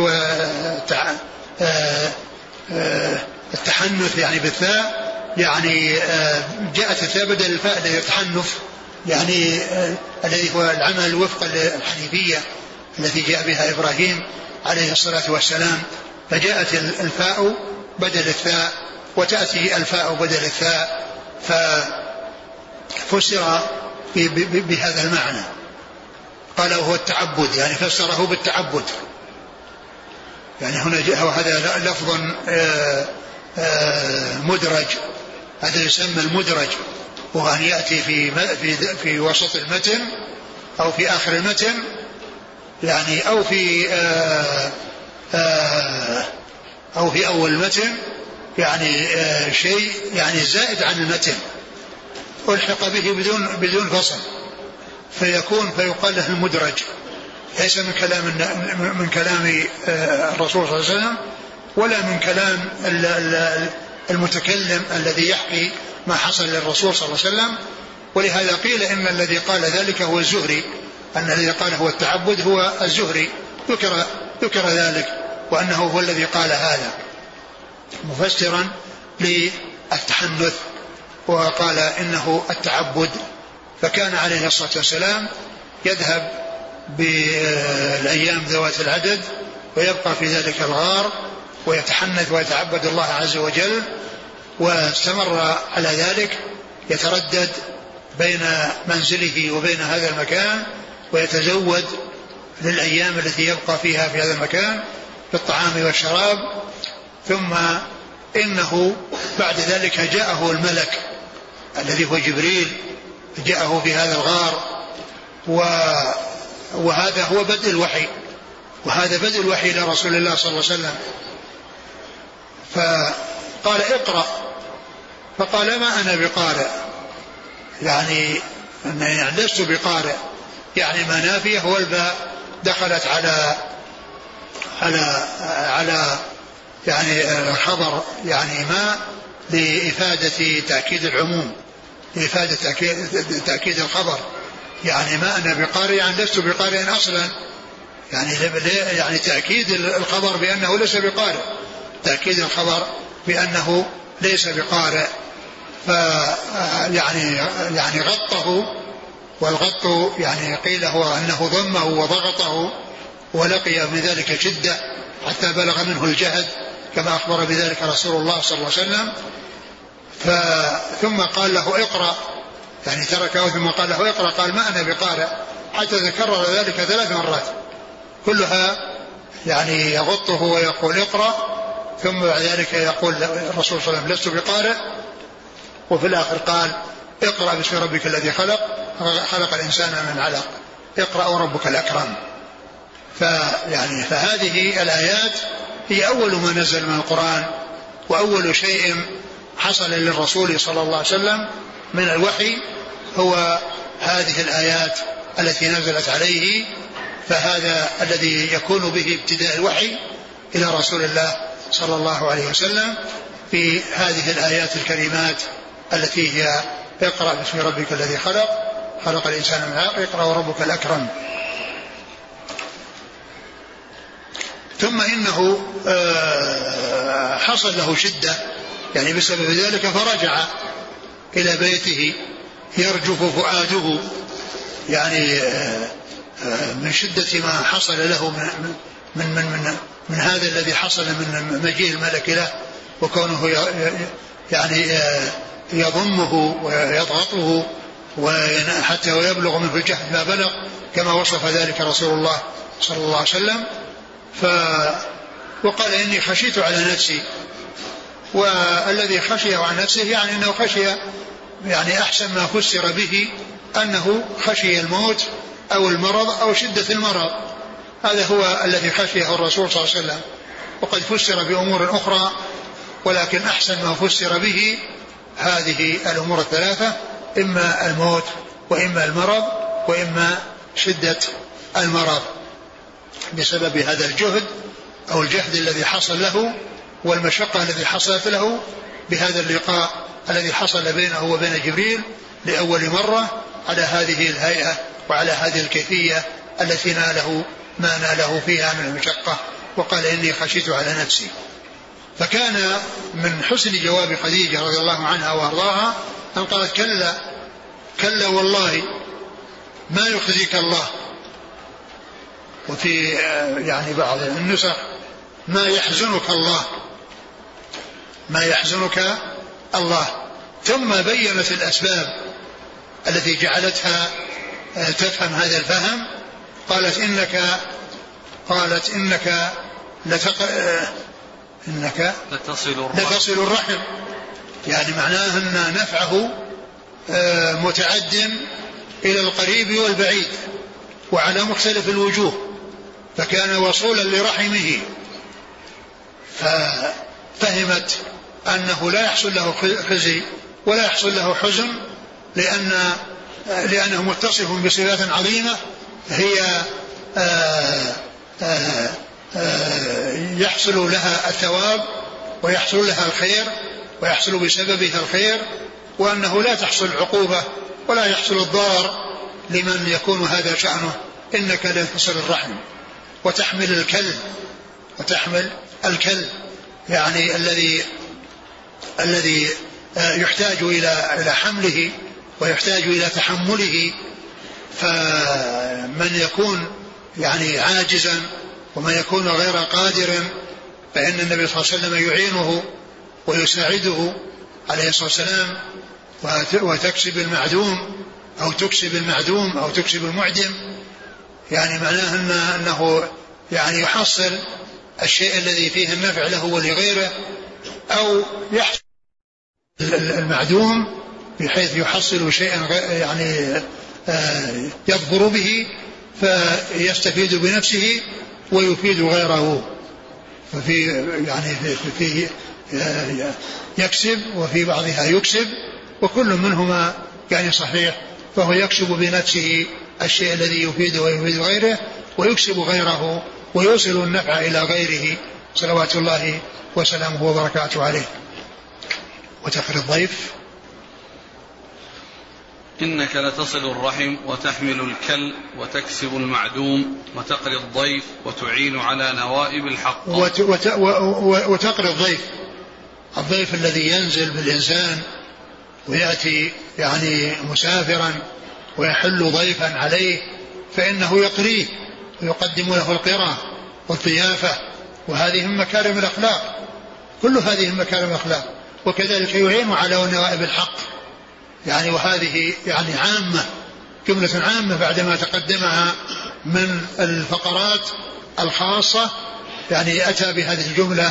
التحنث يعني بالثاء، يعني جاءت الثاء بدل الفاء الذي التحنث يعني الذي هو العمل وفق الحنيفية التي جاء بها إبراهيم عليه الصلاة والسلام، فجاءت الفاء بدل الثاء وتأتي الفاء بدل الثاء، ففسر بهذا المعنى. قال وهو التعبد، يعني فسره بالتعبد، يعني هنا جاء وهذا لفظ مدرج، هذا يسمى المدرج، وأن يأتي في وسط المتن أو في آخر المتن يعني أو في أول المتن، يعني شيء يعني زائد عن المتن ألحق به بدون فصل، فيقال له المدرج، ليس من كلام الرسول صلى الله عليه وسلم ولا من كلام المتكلم الذي يحكي ما حصل للرسول صلى الله عليه وسلم. ولهذا قيل إن الذي قال ذلك هو الزهري أن الذي قال هو التعبد هو الزهري، ذكر ذلك وأنه هو الذي قال هذا مفسرا للتحنث، وقال إنه التعبد. فكان عليه الصلاة والسلام يذهب بالأيام ذوات العدد ويبقى في ذلك الغار ويتحنث ويتعبد الله عز وجل، واستمر على ذلك يتردد بين منزله وبين هذا المكان ويتزود للأيام التي يبقى فيها في هذا المكان بالطعام والشراب. ثم إنه بعد ذلك جاءه الملك الذي هو جبريل، جاءه في هذا الغار، وهذا هو بدء الوحي، وهذا بدء الوحي إلى رسول الله صلى الله عليه وسلم. فقال اقرأ، فقال ما أنا بقارئ، يعني لست بقارئ، يعني ما نافية، والباء دخلت على يعني الخبر، يعني ما لإفادة تأكيد العموم، لإفادة تأكيد الخبر، يعني ما أنا بقارئ يعني لست بقارئ أصلا، يعني تأكيد الخبر بأنه ليس بقارئ، تأكيد الخبر بأنه ليس بقارئ. يعني غطه، والغط يعني قيل هو أنه ضمه وضغطه ولقي من ذلك شدة حتى بلغ منه الجهد كما أخبر بذلك رسول الله صلى الله عليه وسلم. ثم قال له اقرأ، يعني تركه ثم قال له اقرأ، قال ما أنا بقارئ، حتى تكرر ذلك 3 مرات كلها يعني يغطه ويقول اقرأ، ثم بعد ذلك يقول الرسول صلى الله عليه وسلم لست بقارئ، وفي الآخر قال اقرأ باسم ربك الذي خلق الإنسان من علق، اقرأ وربك الأكرم. فهذه الآيات هي أول ما نزل من القرآن، وأول شيء حصل للرسول صلى الله عليه وسلم من الوحي هو هذه الآيات التي نزلت عليه، فهذا الذي يكون به ابتداء الوحي إلى رسول الله صلى الله عليه وسلم في هذه الآيات الكريمات التي هي اقرأ باسم ربك الذي خلق الإنسان من علق، اقرأ وربك الأكرم. ثم إنه حصل له شدة يعني بسبب ذلك، فرجع إلى بيته يرجف فؤاده، يعني من شدة ما حصل له من هذا الذي حصل من مجيء الملك له، وكونه يعني يضمه ويضغطه حتى ويبلغ منه الجهد ما بلغ، كما وصف ذلك رسول الله صلى الله عليه وسلم. وقال إني خشيت على نفسي، والذي خشيه عن نفسه يعني أنه خشي، يعني أحسن ما فسر به أنه خشي الموت أو المرض أو شدة المرض، هذا هو الذي خشيه الرسول صلى الله عليه وسلم. وقد فسر بأمور أخرى، ولكن أحسن ما فسر به هذه الأمور الثلاثة، إما الموت وإما المرض وإما شدة المرض، بسبب هذا الجهد أو الجهد الذي حصل له والمشقة التي حصلت له بهذا اللقاء الذي حصل بينه وبين جبريل لأول مرة على هذه الهيئة وعلى هذه الكيفية التي ناله ما ناله فيها من المشقة. وقال إني خشيت على نفسي. فكان من حسن جواب خديجة رضي الله عنها وأرضاها أن قالت كلا والله ما يخزيك الله، وفي يعني بعض النسخ ما يحزنك الله. ثم بينت الأسباب التي جعلتها تفهم هذا الفهم. قالت إنك لتصل الرحم، يعني معناه أن نفعه متعد إلى القريب والبعيد وعلى مختلف الوجوه، فكان وصولا لرحمه. ففهمت أنه لا يحصل له خزي ولا يحصل له حزن، لأنه متصف بصفات عظيمة هي يحصل لها الثواب ويحصل لها الخير ويحصل بسببها الخير، وأنه لا تحصل العقوبة ولا يحصل الضرر لمن يكون هذا شأنه: إنك لا تصل الرحم وتحمل الكل يعني الذي يحتاج إلى حمله ويحتاج إلى تحمله. فمن يكون يعني عاجزا ومن يكون غير قادر فإن النبي صلى الله عليه وسلم يعينه ويساعده عليه الصلاة والسلام، وتكسب المعدوم أو تكسب المعدم، يعني معناه أنه يعني يحصل الشيء الذي فيه النفع له ولغيره، أو يحصل المعدوم بحيث يحصل شيئا يعني يظفر به فيستفيد بنفسه ويفيد غيره. ففي يعني في يكسب وفي بعضها يكسب، وكل منهما يعني صحيح، فهو يكسب بنفسه الشيء الذي يفيد ويفيد غيره، ويكسب غيره ويوصل النفع إلى غيره صلوات الله وسلامه وبركاته عليه. وتقري الضيف: إنك لتصل الرحم وتحمل الكل وتكسب المعدوم وتقري الضيف وتعين على نوائب الحق. وتقري الضيف الذي ينزل بالإنسان ويأتي يعني مسافرا ويحل ضيفا عليه، فإنه يقريه ويقدم له القراء والضيافة، وهذه من مكارم الأخلاق، كل هذه من مكارم الأخلاق. وكذلك يعين على نوائب الحق، يعني وهذه يعني عامة، جملة عامة بعدما تقدمها من الفقرات الخاصة، يعني أتى بهذه الجملة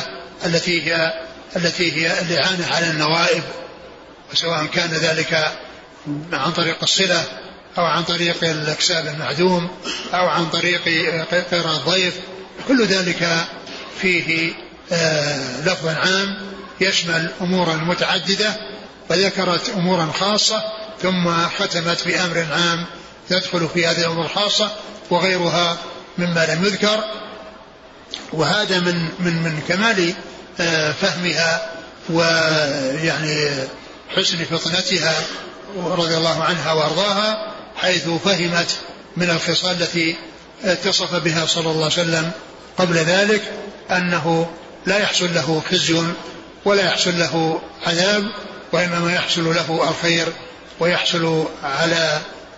التي هي الإعانة على النوائب، وسواء كان ذلك عن طريق الصلة أو عن طريق الإكساب المعدوم أو عن طريق قراء الضيف، كل ذلك فيه لفظ عام يشمل أمورا متعددة، فذكرت أمورا خاصة ثم ختمت بأمر عام يدخل في هذه الأمور الخاصة وغيرها مما لم يذكر. وهذا من كمال فهمها ويعني حسن فطنتها رضي الله عنها وارضاها، حيث فهمت من الخصال التي اتصف بها صلى الله عليه وسلم قبل ذلك أنه لا يحصل له خزي ولا يحصل له عذاب، وإنما يحصل له الخير ويحصل على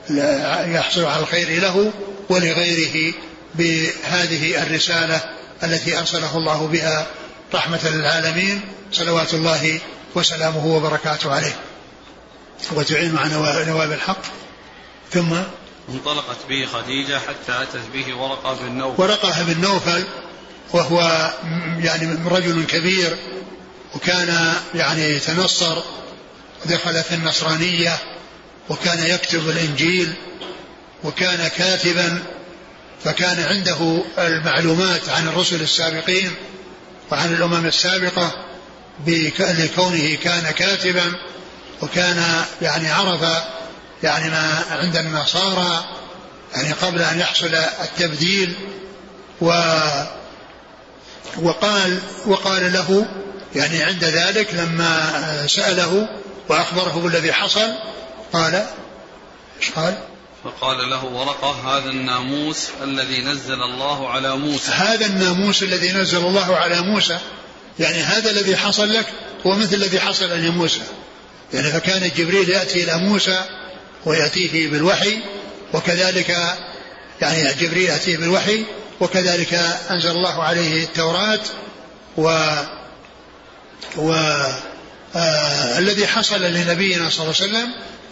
الخير له ولغيره بهذه الرسالة التي أرسله الله بها رحمة للعالمين صلوات الله وسلامه وبركاته عليه. وتعين مع نواب الحق. ثم انطلقت به خديجة حتى أتت به ورقة بن نوفل، وهو يعني رجل كبير، وكان يعني تنصر ودخل في النصرانية، وكان يكتب الإنجيل، وكان كاتبا، فكان عنده المعلومات عن الرسل السابقين وعن الأمم السابقة لكونه كان كاتبا، وكان يعني عرف يعني ما عند النصارى يعني قبل أن يحصل التبديل. وقال له يعني عند ذلك لما سأله وأخبره بالذي حصل قال إيش قال؟ فقال له ورقة: هذا الناموس الذي نزل الله على موسى. هذا الناموس الذي نزل الله على موسى، يعني هذا الذي حصل لك هو مثل الذي حصل لموسى، يعني فكان جبريل يأتي إلى موسى ويأتيه بالوحي، وكذلك يعني جبريل يأتيه بالوحي، وكذلك أنزل الله عليه التوراة الذي حصل لنبينا صلى الله عليه وسلم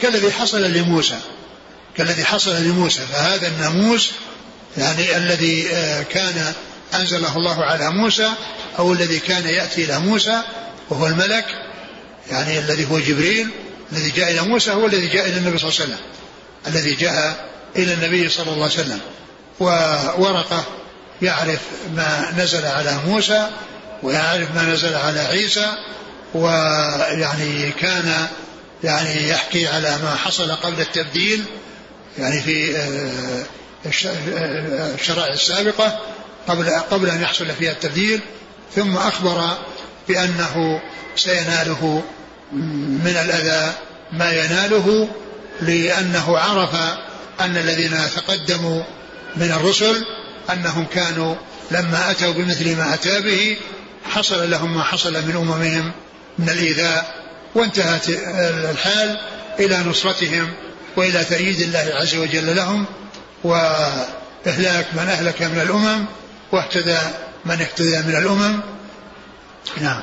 كالذي حصل لموسى. فهذا الناموس يعني الذي كان أنزله الله على موسى، أو الذي كان يأتي إلى موسى وهو الملك، يعني الذي هو جبريل الذي جاء إلى موسى، هو الذي جاء إلى النبي صلى الله عليه وسلم، الذي جاء إلى النبي صلى الله عليه وسلم. وورقة يعرف ما نزل على موسى ويعرف ما نزل على عيسى، ويعني كان يعني يحكي على ما حصل قبل التبديل، يعني في الشرائع السابقة قبل أن يحصل فيها التبديل، ثم أخبر بأنه سيناله من الأذى ما يناله، لأنه عرف أن الذين تقدموا من الرسل أنهم كانوا لما أتوا بمثل ما أتى به حصل لهم ما حصل من أممهم من الإيذاء، وانتهت الحال إلى نصرتهم وإلى تأييد الله عز وجل لهم، وإهلاك من أهلك من الأمم، واهتدى من اهتدى من الأمم. نعم.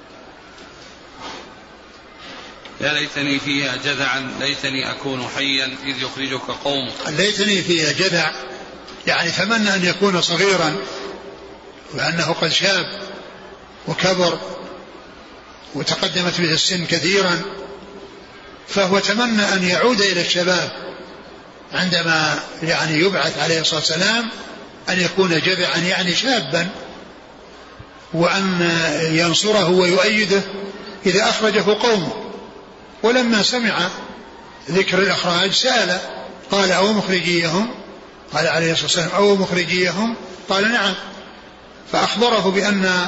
يا ليتني فيها جذعا ليتني أكون حيا إذ يخرجك قومك. ليتني فيها جذع يعني تمنى أن يكون صغيرا وأنه قد شاب وكبر وتقدمت به السن كثيرا، فهو تمنى أن يعود إلى الشباب عندما يعني يبعث عليه الصلاة والسلام، أن يكون جذعا يعني شابا، وأن ينصره ويؤيده إذا أخرجه قومه. ولما سمع ذكر الإخراج سأل قال أو مخرجيهم، قال عليه الصلاة والسلام أو مخرجيهم، قال نعم. فأخبره بأن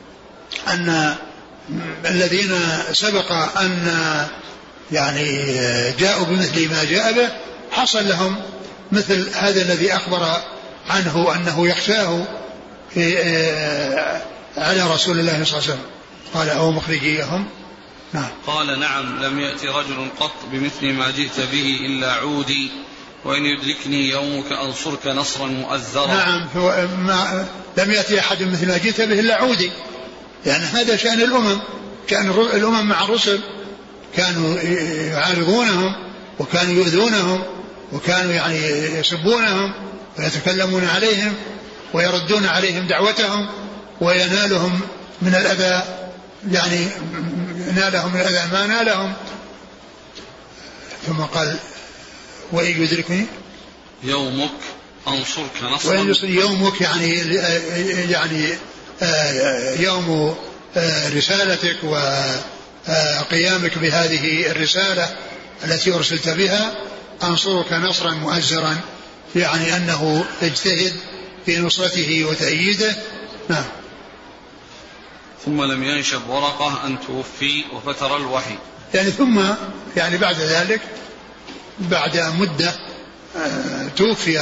الذين سبق أن يعني جاءوا بمثل ما جاء به حصل لهم مثل هذا الذي أخبر عنه أنه يخشاه على رسول الله صلى الله عليه وسلم. قال أو مخرجيهم. نعم. قال نعم لم يأتي رجل قط بمثل ما جئت به إلا عودي وإن يدركني يومك أنصرك نصرا مؤزرا. نعم. لم يأتي أحد مثل ما جئت به إلا عودي، يعني هذا شأن الأمم، كان الأمم مع الرسل كانوا يعارضونهم وكانوا يؤذونهم وكانوا يعني يسبونهم ويتكلمون عليهم ويردون عليهم دعوتهم وينالهم من الأذى، يعني نالهم من الأذى ما نالهم. ثم قال وإن يدركني يومك أنصرك نصرا. وإن يومك يعني يوم رسالتك وقيامك بهذه الرسالة التي أرسلت بها أنصرك نصرا مؤزرا، يعني أنه يجتهد في نصرته وتأييده. نعم. ثم لم ينشب ورقة أن توفي وفتر الوحي، يعني ثم يعني بعد ذلك بعد مدة توفي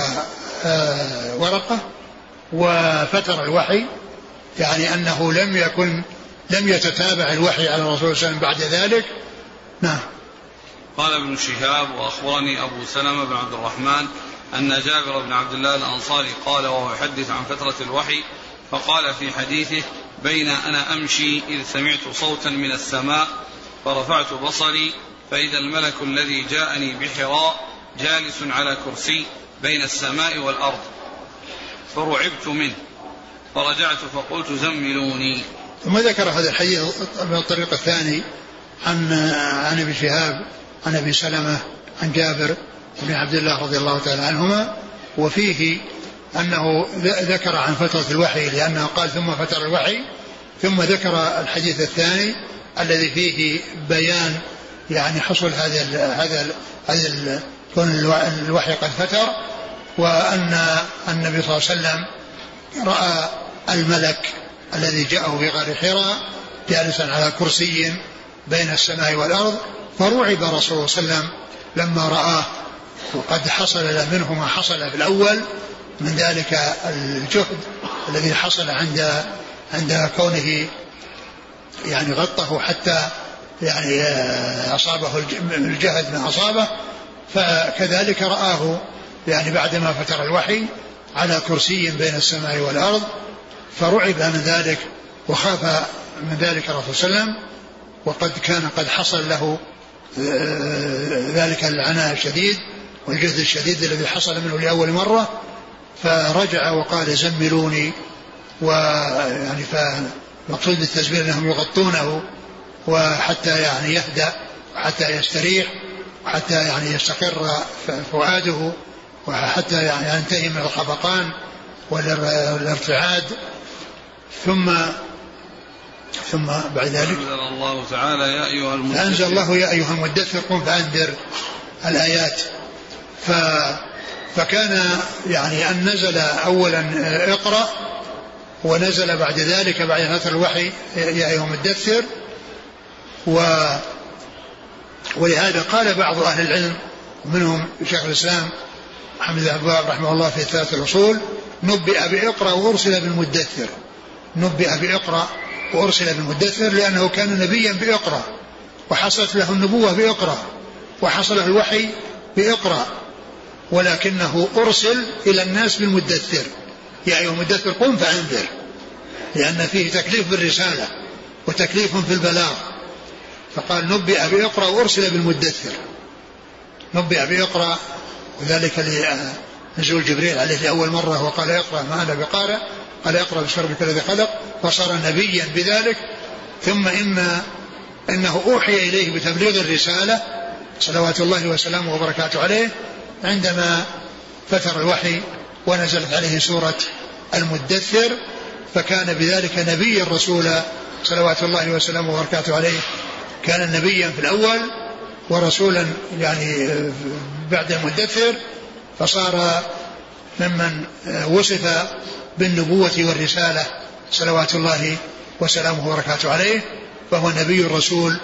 ورقة وفتر الوحي، يعني أنه لم يتتابع الوحي على الرسول صلى الله عليه وسلم بعد ذلك. نعم. قال ابن شهاب وأخبرني أبو سلمة بن عبد الرحمن أن جابر بن عبد الله الأنصاري قال وهو يحدث عن فترة الوحي فقال في حديثه بين أنا أمشي إذ سمعت صوتا من السماء فرفعت بصري فإذا الملك الذي جاءني بحراء جالس على كرسي بين السماء والأرض فرعبت منه فرجعت فقلت زملوني. ثم ذكر هذا الحديث من الطريق الثاني عن ابن شهاب عن أبي سلمة عن جابر بن عبد الله رضي الله تعالى عنهما، وفيه أنه ذكر عن فترة الوحي لأنه قال ثم فتر الوحي، ثم ذكر الحديث الثاني الذي فيه بيان يعني حصل هذا كون الوحي قد فتر، وأن النبي صلى الله عليه وسلم رأى الملك الذي جاءه في غار حراء جالسا على كرسي بين السماء والأرض، فرعب رسول الله صلى الله عليه وسلم لما رآه، وقد حصل منه ما حصل في الأول من ذلك الجهد الذي حصل عند كونه يعني غطه حتى يعني أصابه الجهد ما أصابه، فكذلك رآه يعني بعدما فتر الوحي على كرسي بين السماء والأرض، فرعب من ذلك وخاف من ذلك الرسول صلى الله عليه وسلم، وقد كان قد حصل له ذلك العناء الشديد والجهد الشديد الذي حصل منه لأول مرة، فرجع وقال زملوني، ويعني فمقصود بالتزميل أنهم يغطونه وحتى يعني يهدأ وحتى يستريح وحتى يعني يستقر فؤاده وحتى يعني ينتهي من الخفقان والارتعاد. ثم بعد ذلك أنزل الله تعالى يا أيها المدثر، فأنزل الله يا أيها المدثر قم فأنذر الآيات. فكان يعني أن نزل أولا اقرأ، ونزل بعد ذلك بعد فترة الوحي يا أيها المدثر، ولهذا قال بعض أهل العلم ومنهم شيخ الإسلام محمد بن عبد الوهاب رحمه الله في ثلاثة الأصول نبئ بإقرأ وأرسل بالمدثر. نبئ بإقرأ وأرسل بالمدثر لأنه كان نبيا بإقرأ وحصلت له النبوة بإقرأ وحصل له الوحي بإقرأ، ولكنه أرسل إلى الناس بالمدثر. يا أيها المدثر قم فأنذر، لأن فيه تكليف بالرسالة وتكليف في البلاغ. فقال نبئ بإقرأ وأرسل بالمدثر. نبئ بإقرأ وذلك لنزول جبريل عليه لأول مرة وقال اقرأ ما أنا بقارئ، قال اقرأ باسم ربك الذي خلق، فصار نبيا بذلك. ثم إنه أوحي إليه بتبليغ الرسالة صلوات الله وسلامه وبركاته عليه عندما فتر الوحي ونزلت عليه سورة المدثر، فكان بذلك نبيا رسولا صلوات الله وسلامه وبركاته عليه. كان نبيا في الأول ورسولا يعني بعد المدثر، فصار ممن وصف بالنبوة والرسالة صلوات الله وسلامه وبركاته عليه، فهو نبي الرسول.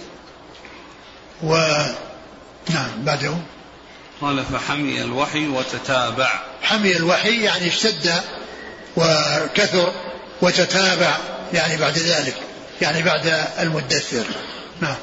نعم بعده قال فحمي الوحي وتتابع. حمي الوحي يعني اشتد وكثر، وتتابع يعني بعد ذلك يعني بعد المدثر. نعم.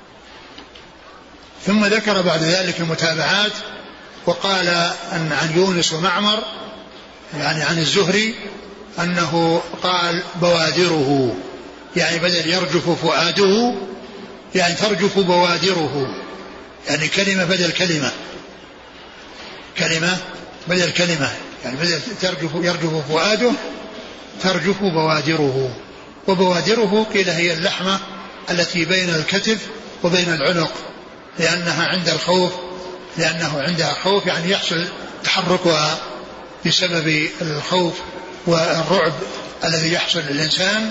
ثم ذكر بعد ذلك المتابعات وقال أن عن يونس ومعمر يعني عن الزهري أنه قال بوادره، يعني بدل يرجف فؤاده يعني ترجف بوادره، يعني كلمة بدل كلمة، كلمة بدل كلمة، يعني بدل يرجف فؤاده ترجف بوادره. وبوادره قيل هي اللحمة التي بين الكتف وبين العنق، لأنها عند الخوف، لأنه عندها خوف يعني يحصل تحركها بسبب الخوف والرعب الذي يحصل للإنسان،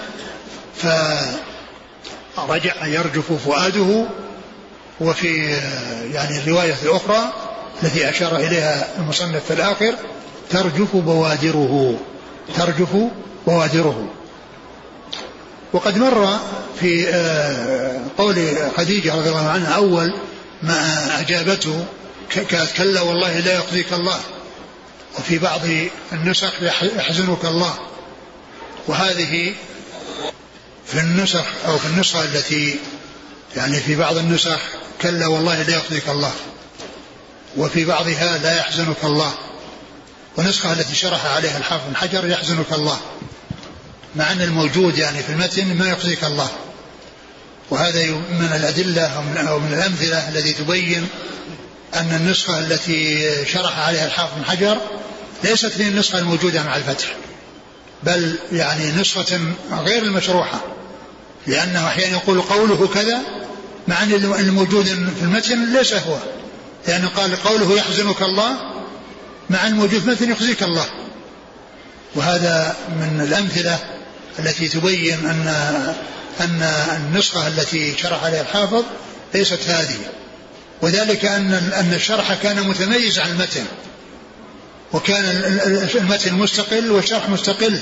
فرجع يرجف فؤاده. وفي يعني الرواية الأخرى التي أشار إليها المصنف في الآخر ترجف بوادره، ترجف بوادره. وقد مر في قول خديجة رضي الله عنها أول ما أجابته كلا والله لا يخزيك الله، وفي بعض النسخ يحزنك الله. وهذه في النسخ أو في النسخة التي يعني في بعض النسخ كلا والله لا يخزيك الله، وفي بعضها لا يحزنك الله. ونسخة التي شرح عليها الحافظ بن حجر يحزنك الله، مع أن الموجود يعني في المتن ما يخزيك الله. وهذا من الأدلة أو من الأمثلة التي تبين أن النسخة التي شرح عليها الحافظ بن حجر ليست هي النسخة الموجودة مع الفتح، بل يعني نسخة غير المشروحة، لأنه أحيانا يقول قوله كذا مع أن الموجود في المتن ليس هو، لأنه قال قوله يحزنك الله مع الموجود في المتن يخزيك الله. وهذا من الأمثلة التي تبين أن النسخة التي شرح عليها الحافظ ليست هذه، وذلك أن الشرح كان متميز عن المتن، وكان المتن مستقل والشرح مستقل،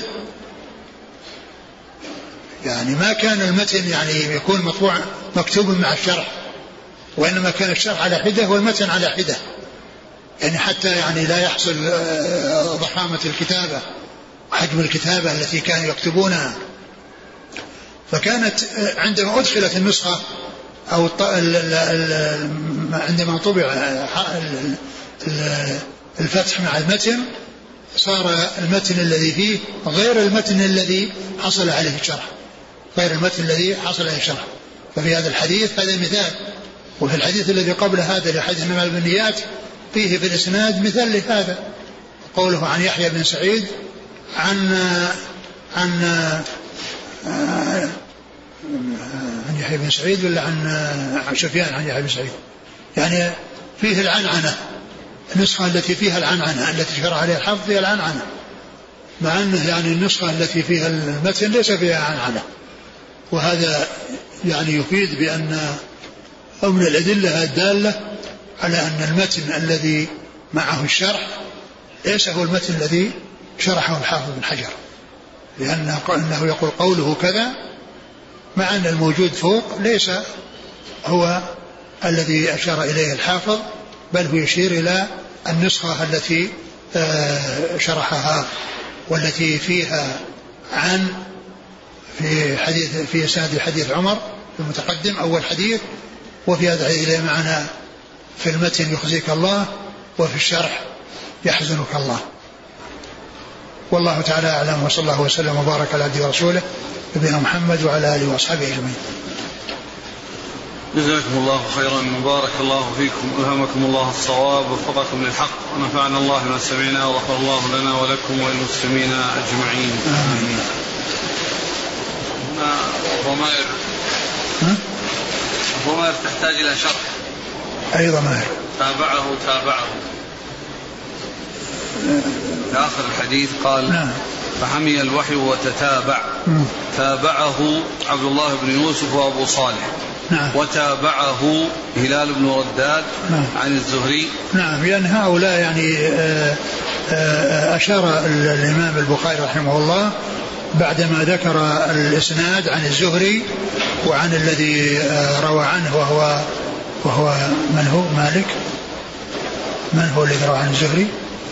يعني ما كان المتن يعني يكون مطبوع مكتوب مع الشرح، وإنما كان الشرح على حدة والمتن على حدة، يعني حتى يعني لا يحصل ضخامة الكتابة وحجم الكتابة التي كانوا يكتبونها. فكانت عندما أدخلت النسخة أو عندما طبع الفتح مع المتن صار المتن الذي فيه غير المتن الذي حصل عليه الشرح، غير المتن الذي حصل عليه الشرح. ففي هذا الحديث هذا مثال، وفي الحديث الذي قبل هذا لحديث إنما بالنيات فيه في الإسناد مثال لهذا، قوله عن يحيى بن سعيد عن يحيى بن سعيد ولا عن سفيان عن يحيى بن سعيد، يعني فيه العنعنة، النسخة التي فيها العنعنة التي شرع عليها الحافظ فيها العنعنة، مع أنه يعني النسخة التي فيها المتن ليس فيها عنعنة. وهذا يعني يفيد بأن أو من الأدلة الدالة على أن المتن الذي معه الشرح ليس هو المتن الذي شرحه الحافظ بن حجر، لأنه يقول قوله كذا مع أن الموجود فوق ليس هو الذي أشار إليه الحافظ، بل هو يشير إلى النسخة التي شرحها والتي فيها عن في سند حديث عمر المتقدم أول حديث، وفي هذا الحديث اللي معنا في المتن يخزيك الله، وفي الشرح يحزنك الله. والله تعالى أعلم، وصلى الله وسلم وبارك على عبده ورسوله نبينا محمد وعلى آله وأصحابه أجمعين. جزاكم الله خيرا، بارك الله فيكم، ألهمكم الله الصواب ووفقكم للحق، ونفعنا الله بما سمعنا، وغفر الله لنا ولكم وللمسلمين أجمعين. آمين. ضمائر تحتاج إلى شرح. أي ضمائر؟ تابعه في آخر الحديث قال نعم. فحمي الوحي وتتابع. تابعه عبد الله بن يوسف وأبو صالح. نعم. وتابعه هلال بن رداد. نعم. عن الزهري. نعم، لأن هؤلاء يعني أشار الإمام البخاري رحمه الله بعدما ذكر الإسناد عن الزهري وعن الذي روى عنه وهو من هو مالك. من هو الذي روى عن الزهري؟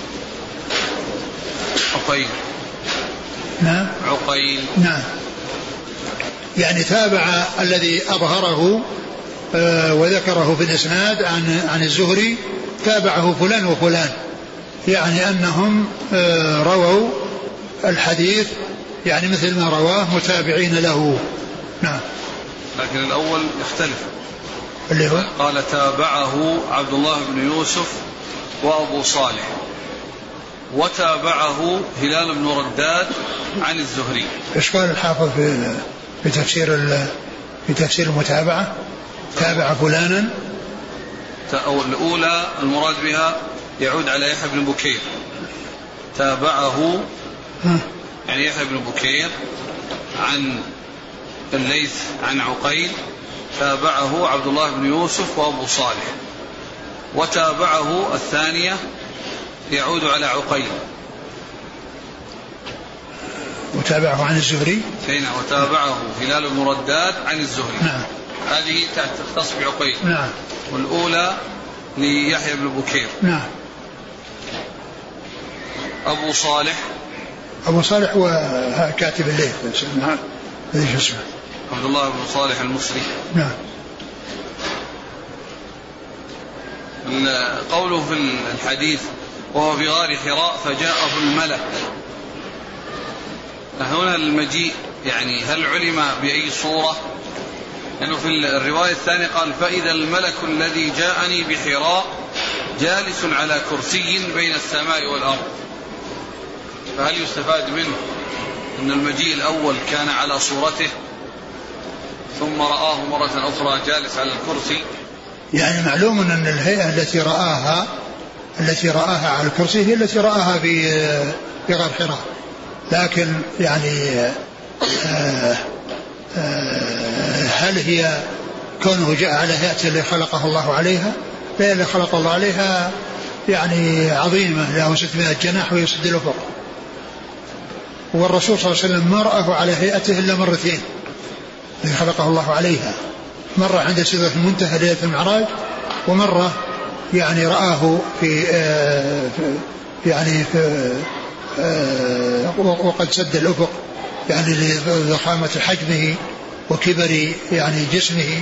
عقيل. نعم. عقيل. نعم. يعني تابع الذي أظهره وذكره في الإسناد عن الزهري، تابعه فلان وفلان، يعني أنهم رووا الحديث يعني مثل ما رواه متابعين له. نعم. لكن الأول يختلف، اللي هو قال تابعه عبد الله بن يوسف وأبو صالح، وتابعه هلال بن رداد عن الزهري. إيش قال الحافظ في تفسير المتابعة؟ تابع فلانا، أو الأولى المراد بها يعود على يحيى بن بكير. تابعه يعني يحيى بن بكير عن الليث عن عقيل، تابعه عبد الله بن يوسف وأبو صالح. وتابعه الثانية يعود على عقيل، وتابعه عن الزهري. وتابعه هلال بن رداد عن الزهري. نعم. هذه تختص بعقيل. نعم. والأولى ليحيى بن بكير. نعم. أبو صالح هو كاتب الليل، ايش اسمه؟ عبد الله بن صالح المصري. نعم. قوله في الحديث وهو في غار حراء فجاءه الملك، هنا المجيء يعني هل علم بأي صورة؟ لأنه في الرواية الثانية قال فإذا الملك الذي جاءني بحراء جالس على كرسي بين السماء والأرض، فهل يستفاد منه أن المجيء الأول كان على صورته ثم رآه مرة أخرى جالس على الكرسي؟ يعني معلوم أن الهيئة التي رآها على الكرسي هي التي رآها في غار حراء، لكن يعني هل هي كونه جاء على هيئة اللي خلقه الله عليها؟ لا، اللي خلق الله عليها يعني عظيمة، له 600 جناح ويسد الأفق، والرسول صلى الله عليه وسلم ما رآه على هيئته إلا مرتين اللي خلقه الله عليها، مرة عند سدرة المنتهى ليلة المعراج، ومرة يعني رآه وقد سد الأفق يعني لضخامة حجمه وكبر يعني جسمه.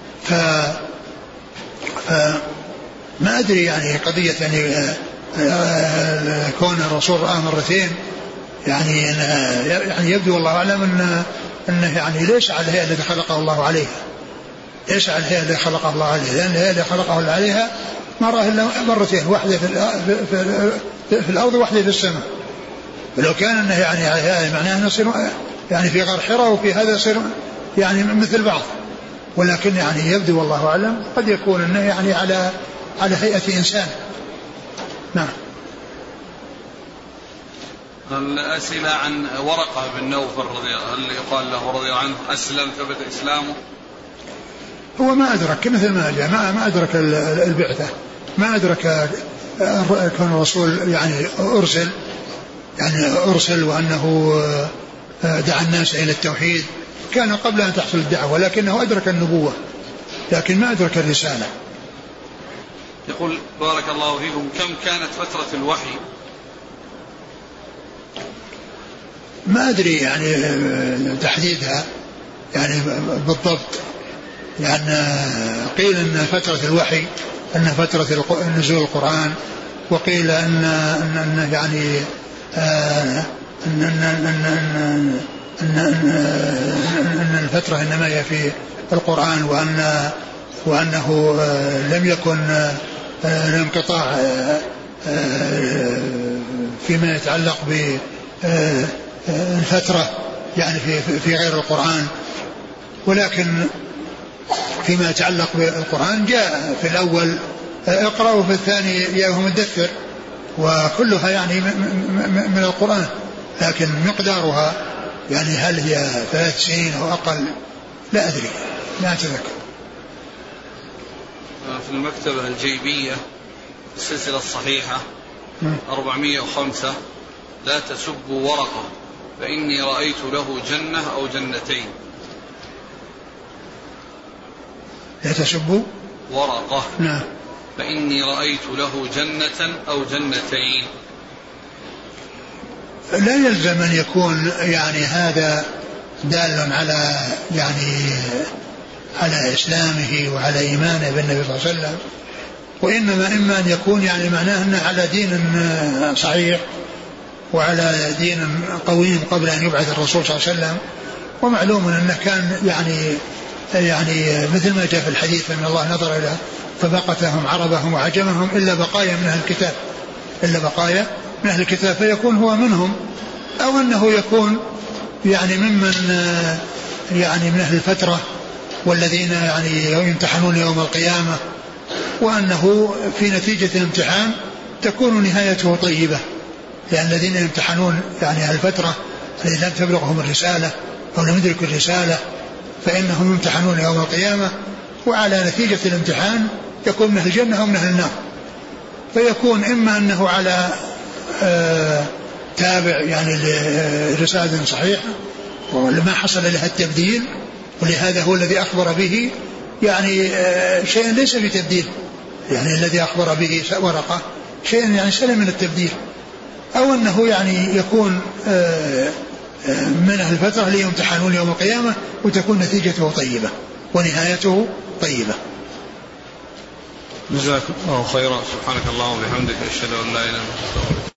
ما أدري يعني قضية يعني كون الرسول رآه مرتين يعني يبدو والله أعلم أنه يعني ليس على الهيئة التي خلقه الله عليها، ليس على الهيئة التي خلقه الله عليها، لأن الهيئة التي خلقه الله عليها ما رآه إلا مرتين، واحدة في الأرض وواحدة في السماء. ولو كان أنه يعني على هذا معناه أنه يصير يعني في غار حراء وفي هذا يصير يعني مثل بعض، ولكن يعني يبدو والله أعلم قد يكون أنه يعني على هيئة إنسان. نعم. الأسئلة عن ورقة بن نوفل هل يقال له رضي الله عنه أسلم ثبت إسلامه؟ هو ما أدرك مثل ما جاء، ما أدرك البعثة، ما أدرك كون الرسول يعني أرسل وأنه دعا الناس إلى التوحيد، كان قبل أن تحصل الدعوة، ولكنه أدرك النبوة لكن ما أدرك الرسالة. يقول بارك الله فيكم كم كانت فترة الوحي؟ ما أدري يعني تحديدها يعني بالضبط، يعني قيل أن فترة الوحي أن فترة نزول القرآن، وقيل أن يعني أن الفترة إنما هي في القرآن، وأنه لم يكن الانقطاع فيما يتعلق بالفترة يعني في غير القرآن، ولكن فيما يتعلق بالقرآن جاء في الأول اقرأ وفي الثاني يا أيها المدثر، وكلها يعني من القرآن، لكن مقدارها يعني هل هي 3 سنين أو أقل لا أدري، لا أتذكر. في المكتبة الجيبية السلسلة الصحيحة 405 لا تسبوا ورقة فإني رأيت له جنة أو جنتين. لا تسبوا ورقة نعم فإني رأيت له جنة أو جنتين. لا يلزم أن يكون يعني هذا دال على يعني على إسلامه وعلى إيمانه بالنبي صلى الله عليه وسلم، وإنما إما أن يكون يعني معناه أنه على دين صحيح وعلى دين قويم قبل أن يبعث الرسول صلى الله عليه وسلم. ومعلوم أنه كان يعني مثل ما جاء في الحديث أن الله نظر إلى فبقتهم عربهم وعجمهم إلا بقايا من أهل الكتاب، إلا بقايا من أهل الكتاب، فيكون هو منهم، أو أنه يكون يعني ممن يعني من أهل الفترة والذين يعني يمتحنون يوم القيامة، وأنه في نتيجة الامتحان تكون نهايته طيبة، لأن الذين يمتحنون يعني أهل الفترة الذين لم تبلغهم الرسالة أو لم يدركوا الرسالة فإنهم يمتحنون يوم القيامة، وعلى نتيجة الامتحان يكون من أهل الجنة أو من أهل النار، فيكون إما أنه على تابع يعني لرسالة صحيحة ولما حصل لها التبديل، ولهذا هو الذي أخبر به يعني شيء ليس بتبديل، يعني الذي أخبر به ورقة شيء يعني سلم من التبديل، أو أنه يعني يكون من أهل الفترة ليمتحنون يوم القيامة وتكون نتيجته طيبة ونهايته طيبة. جزاكم الله خيرا. سبحانك اللهم وبحمدك أشهد أن لا إله إلا أنت.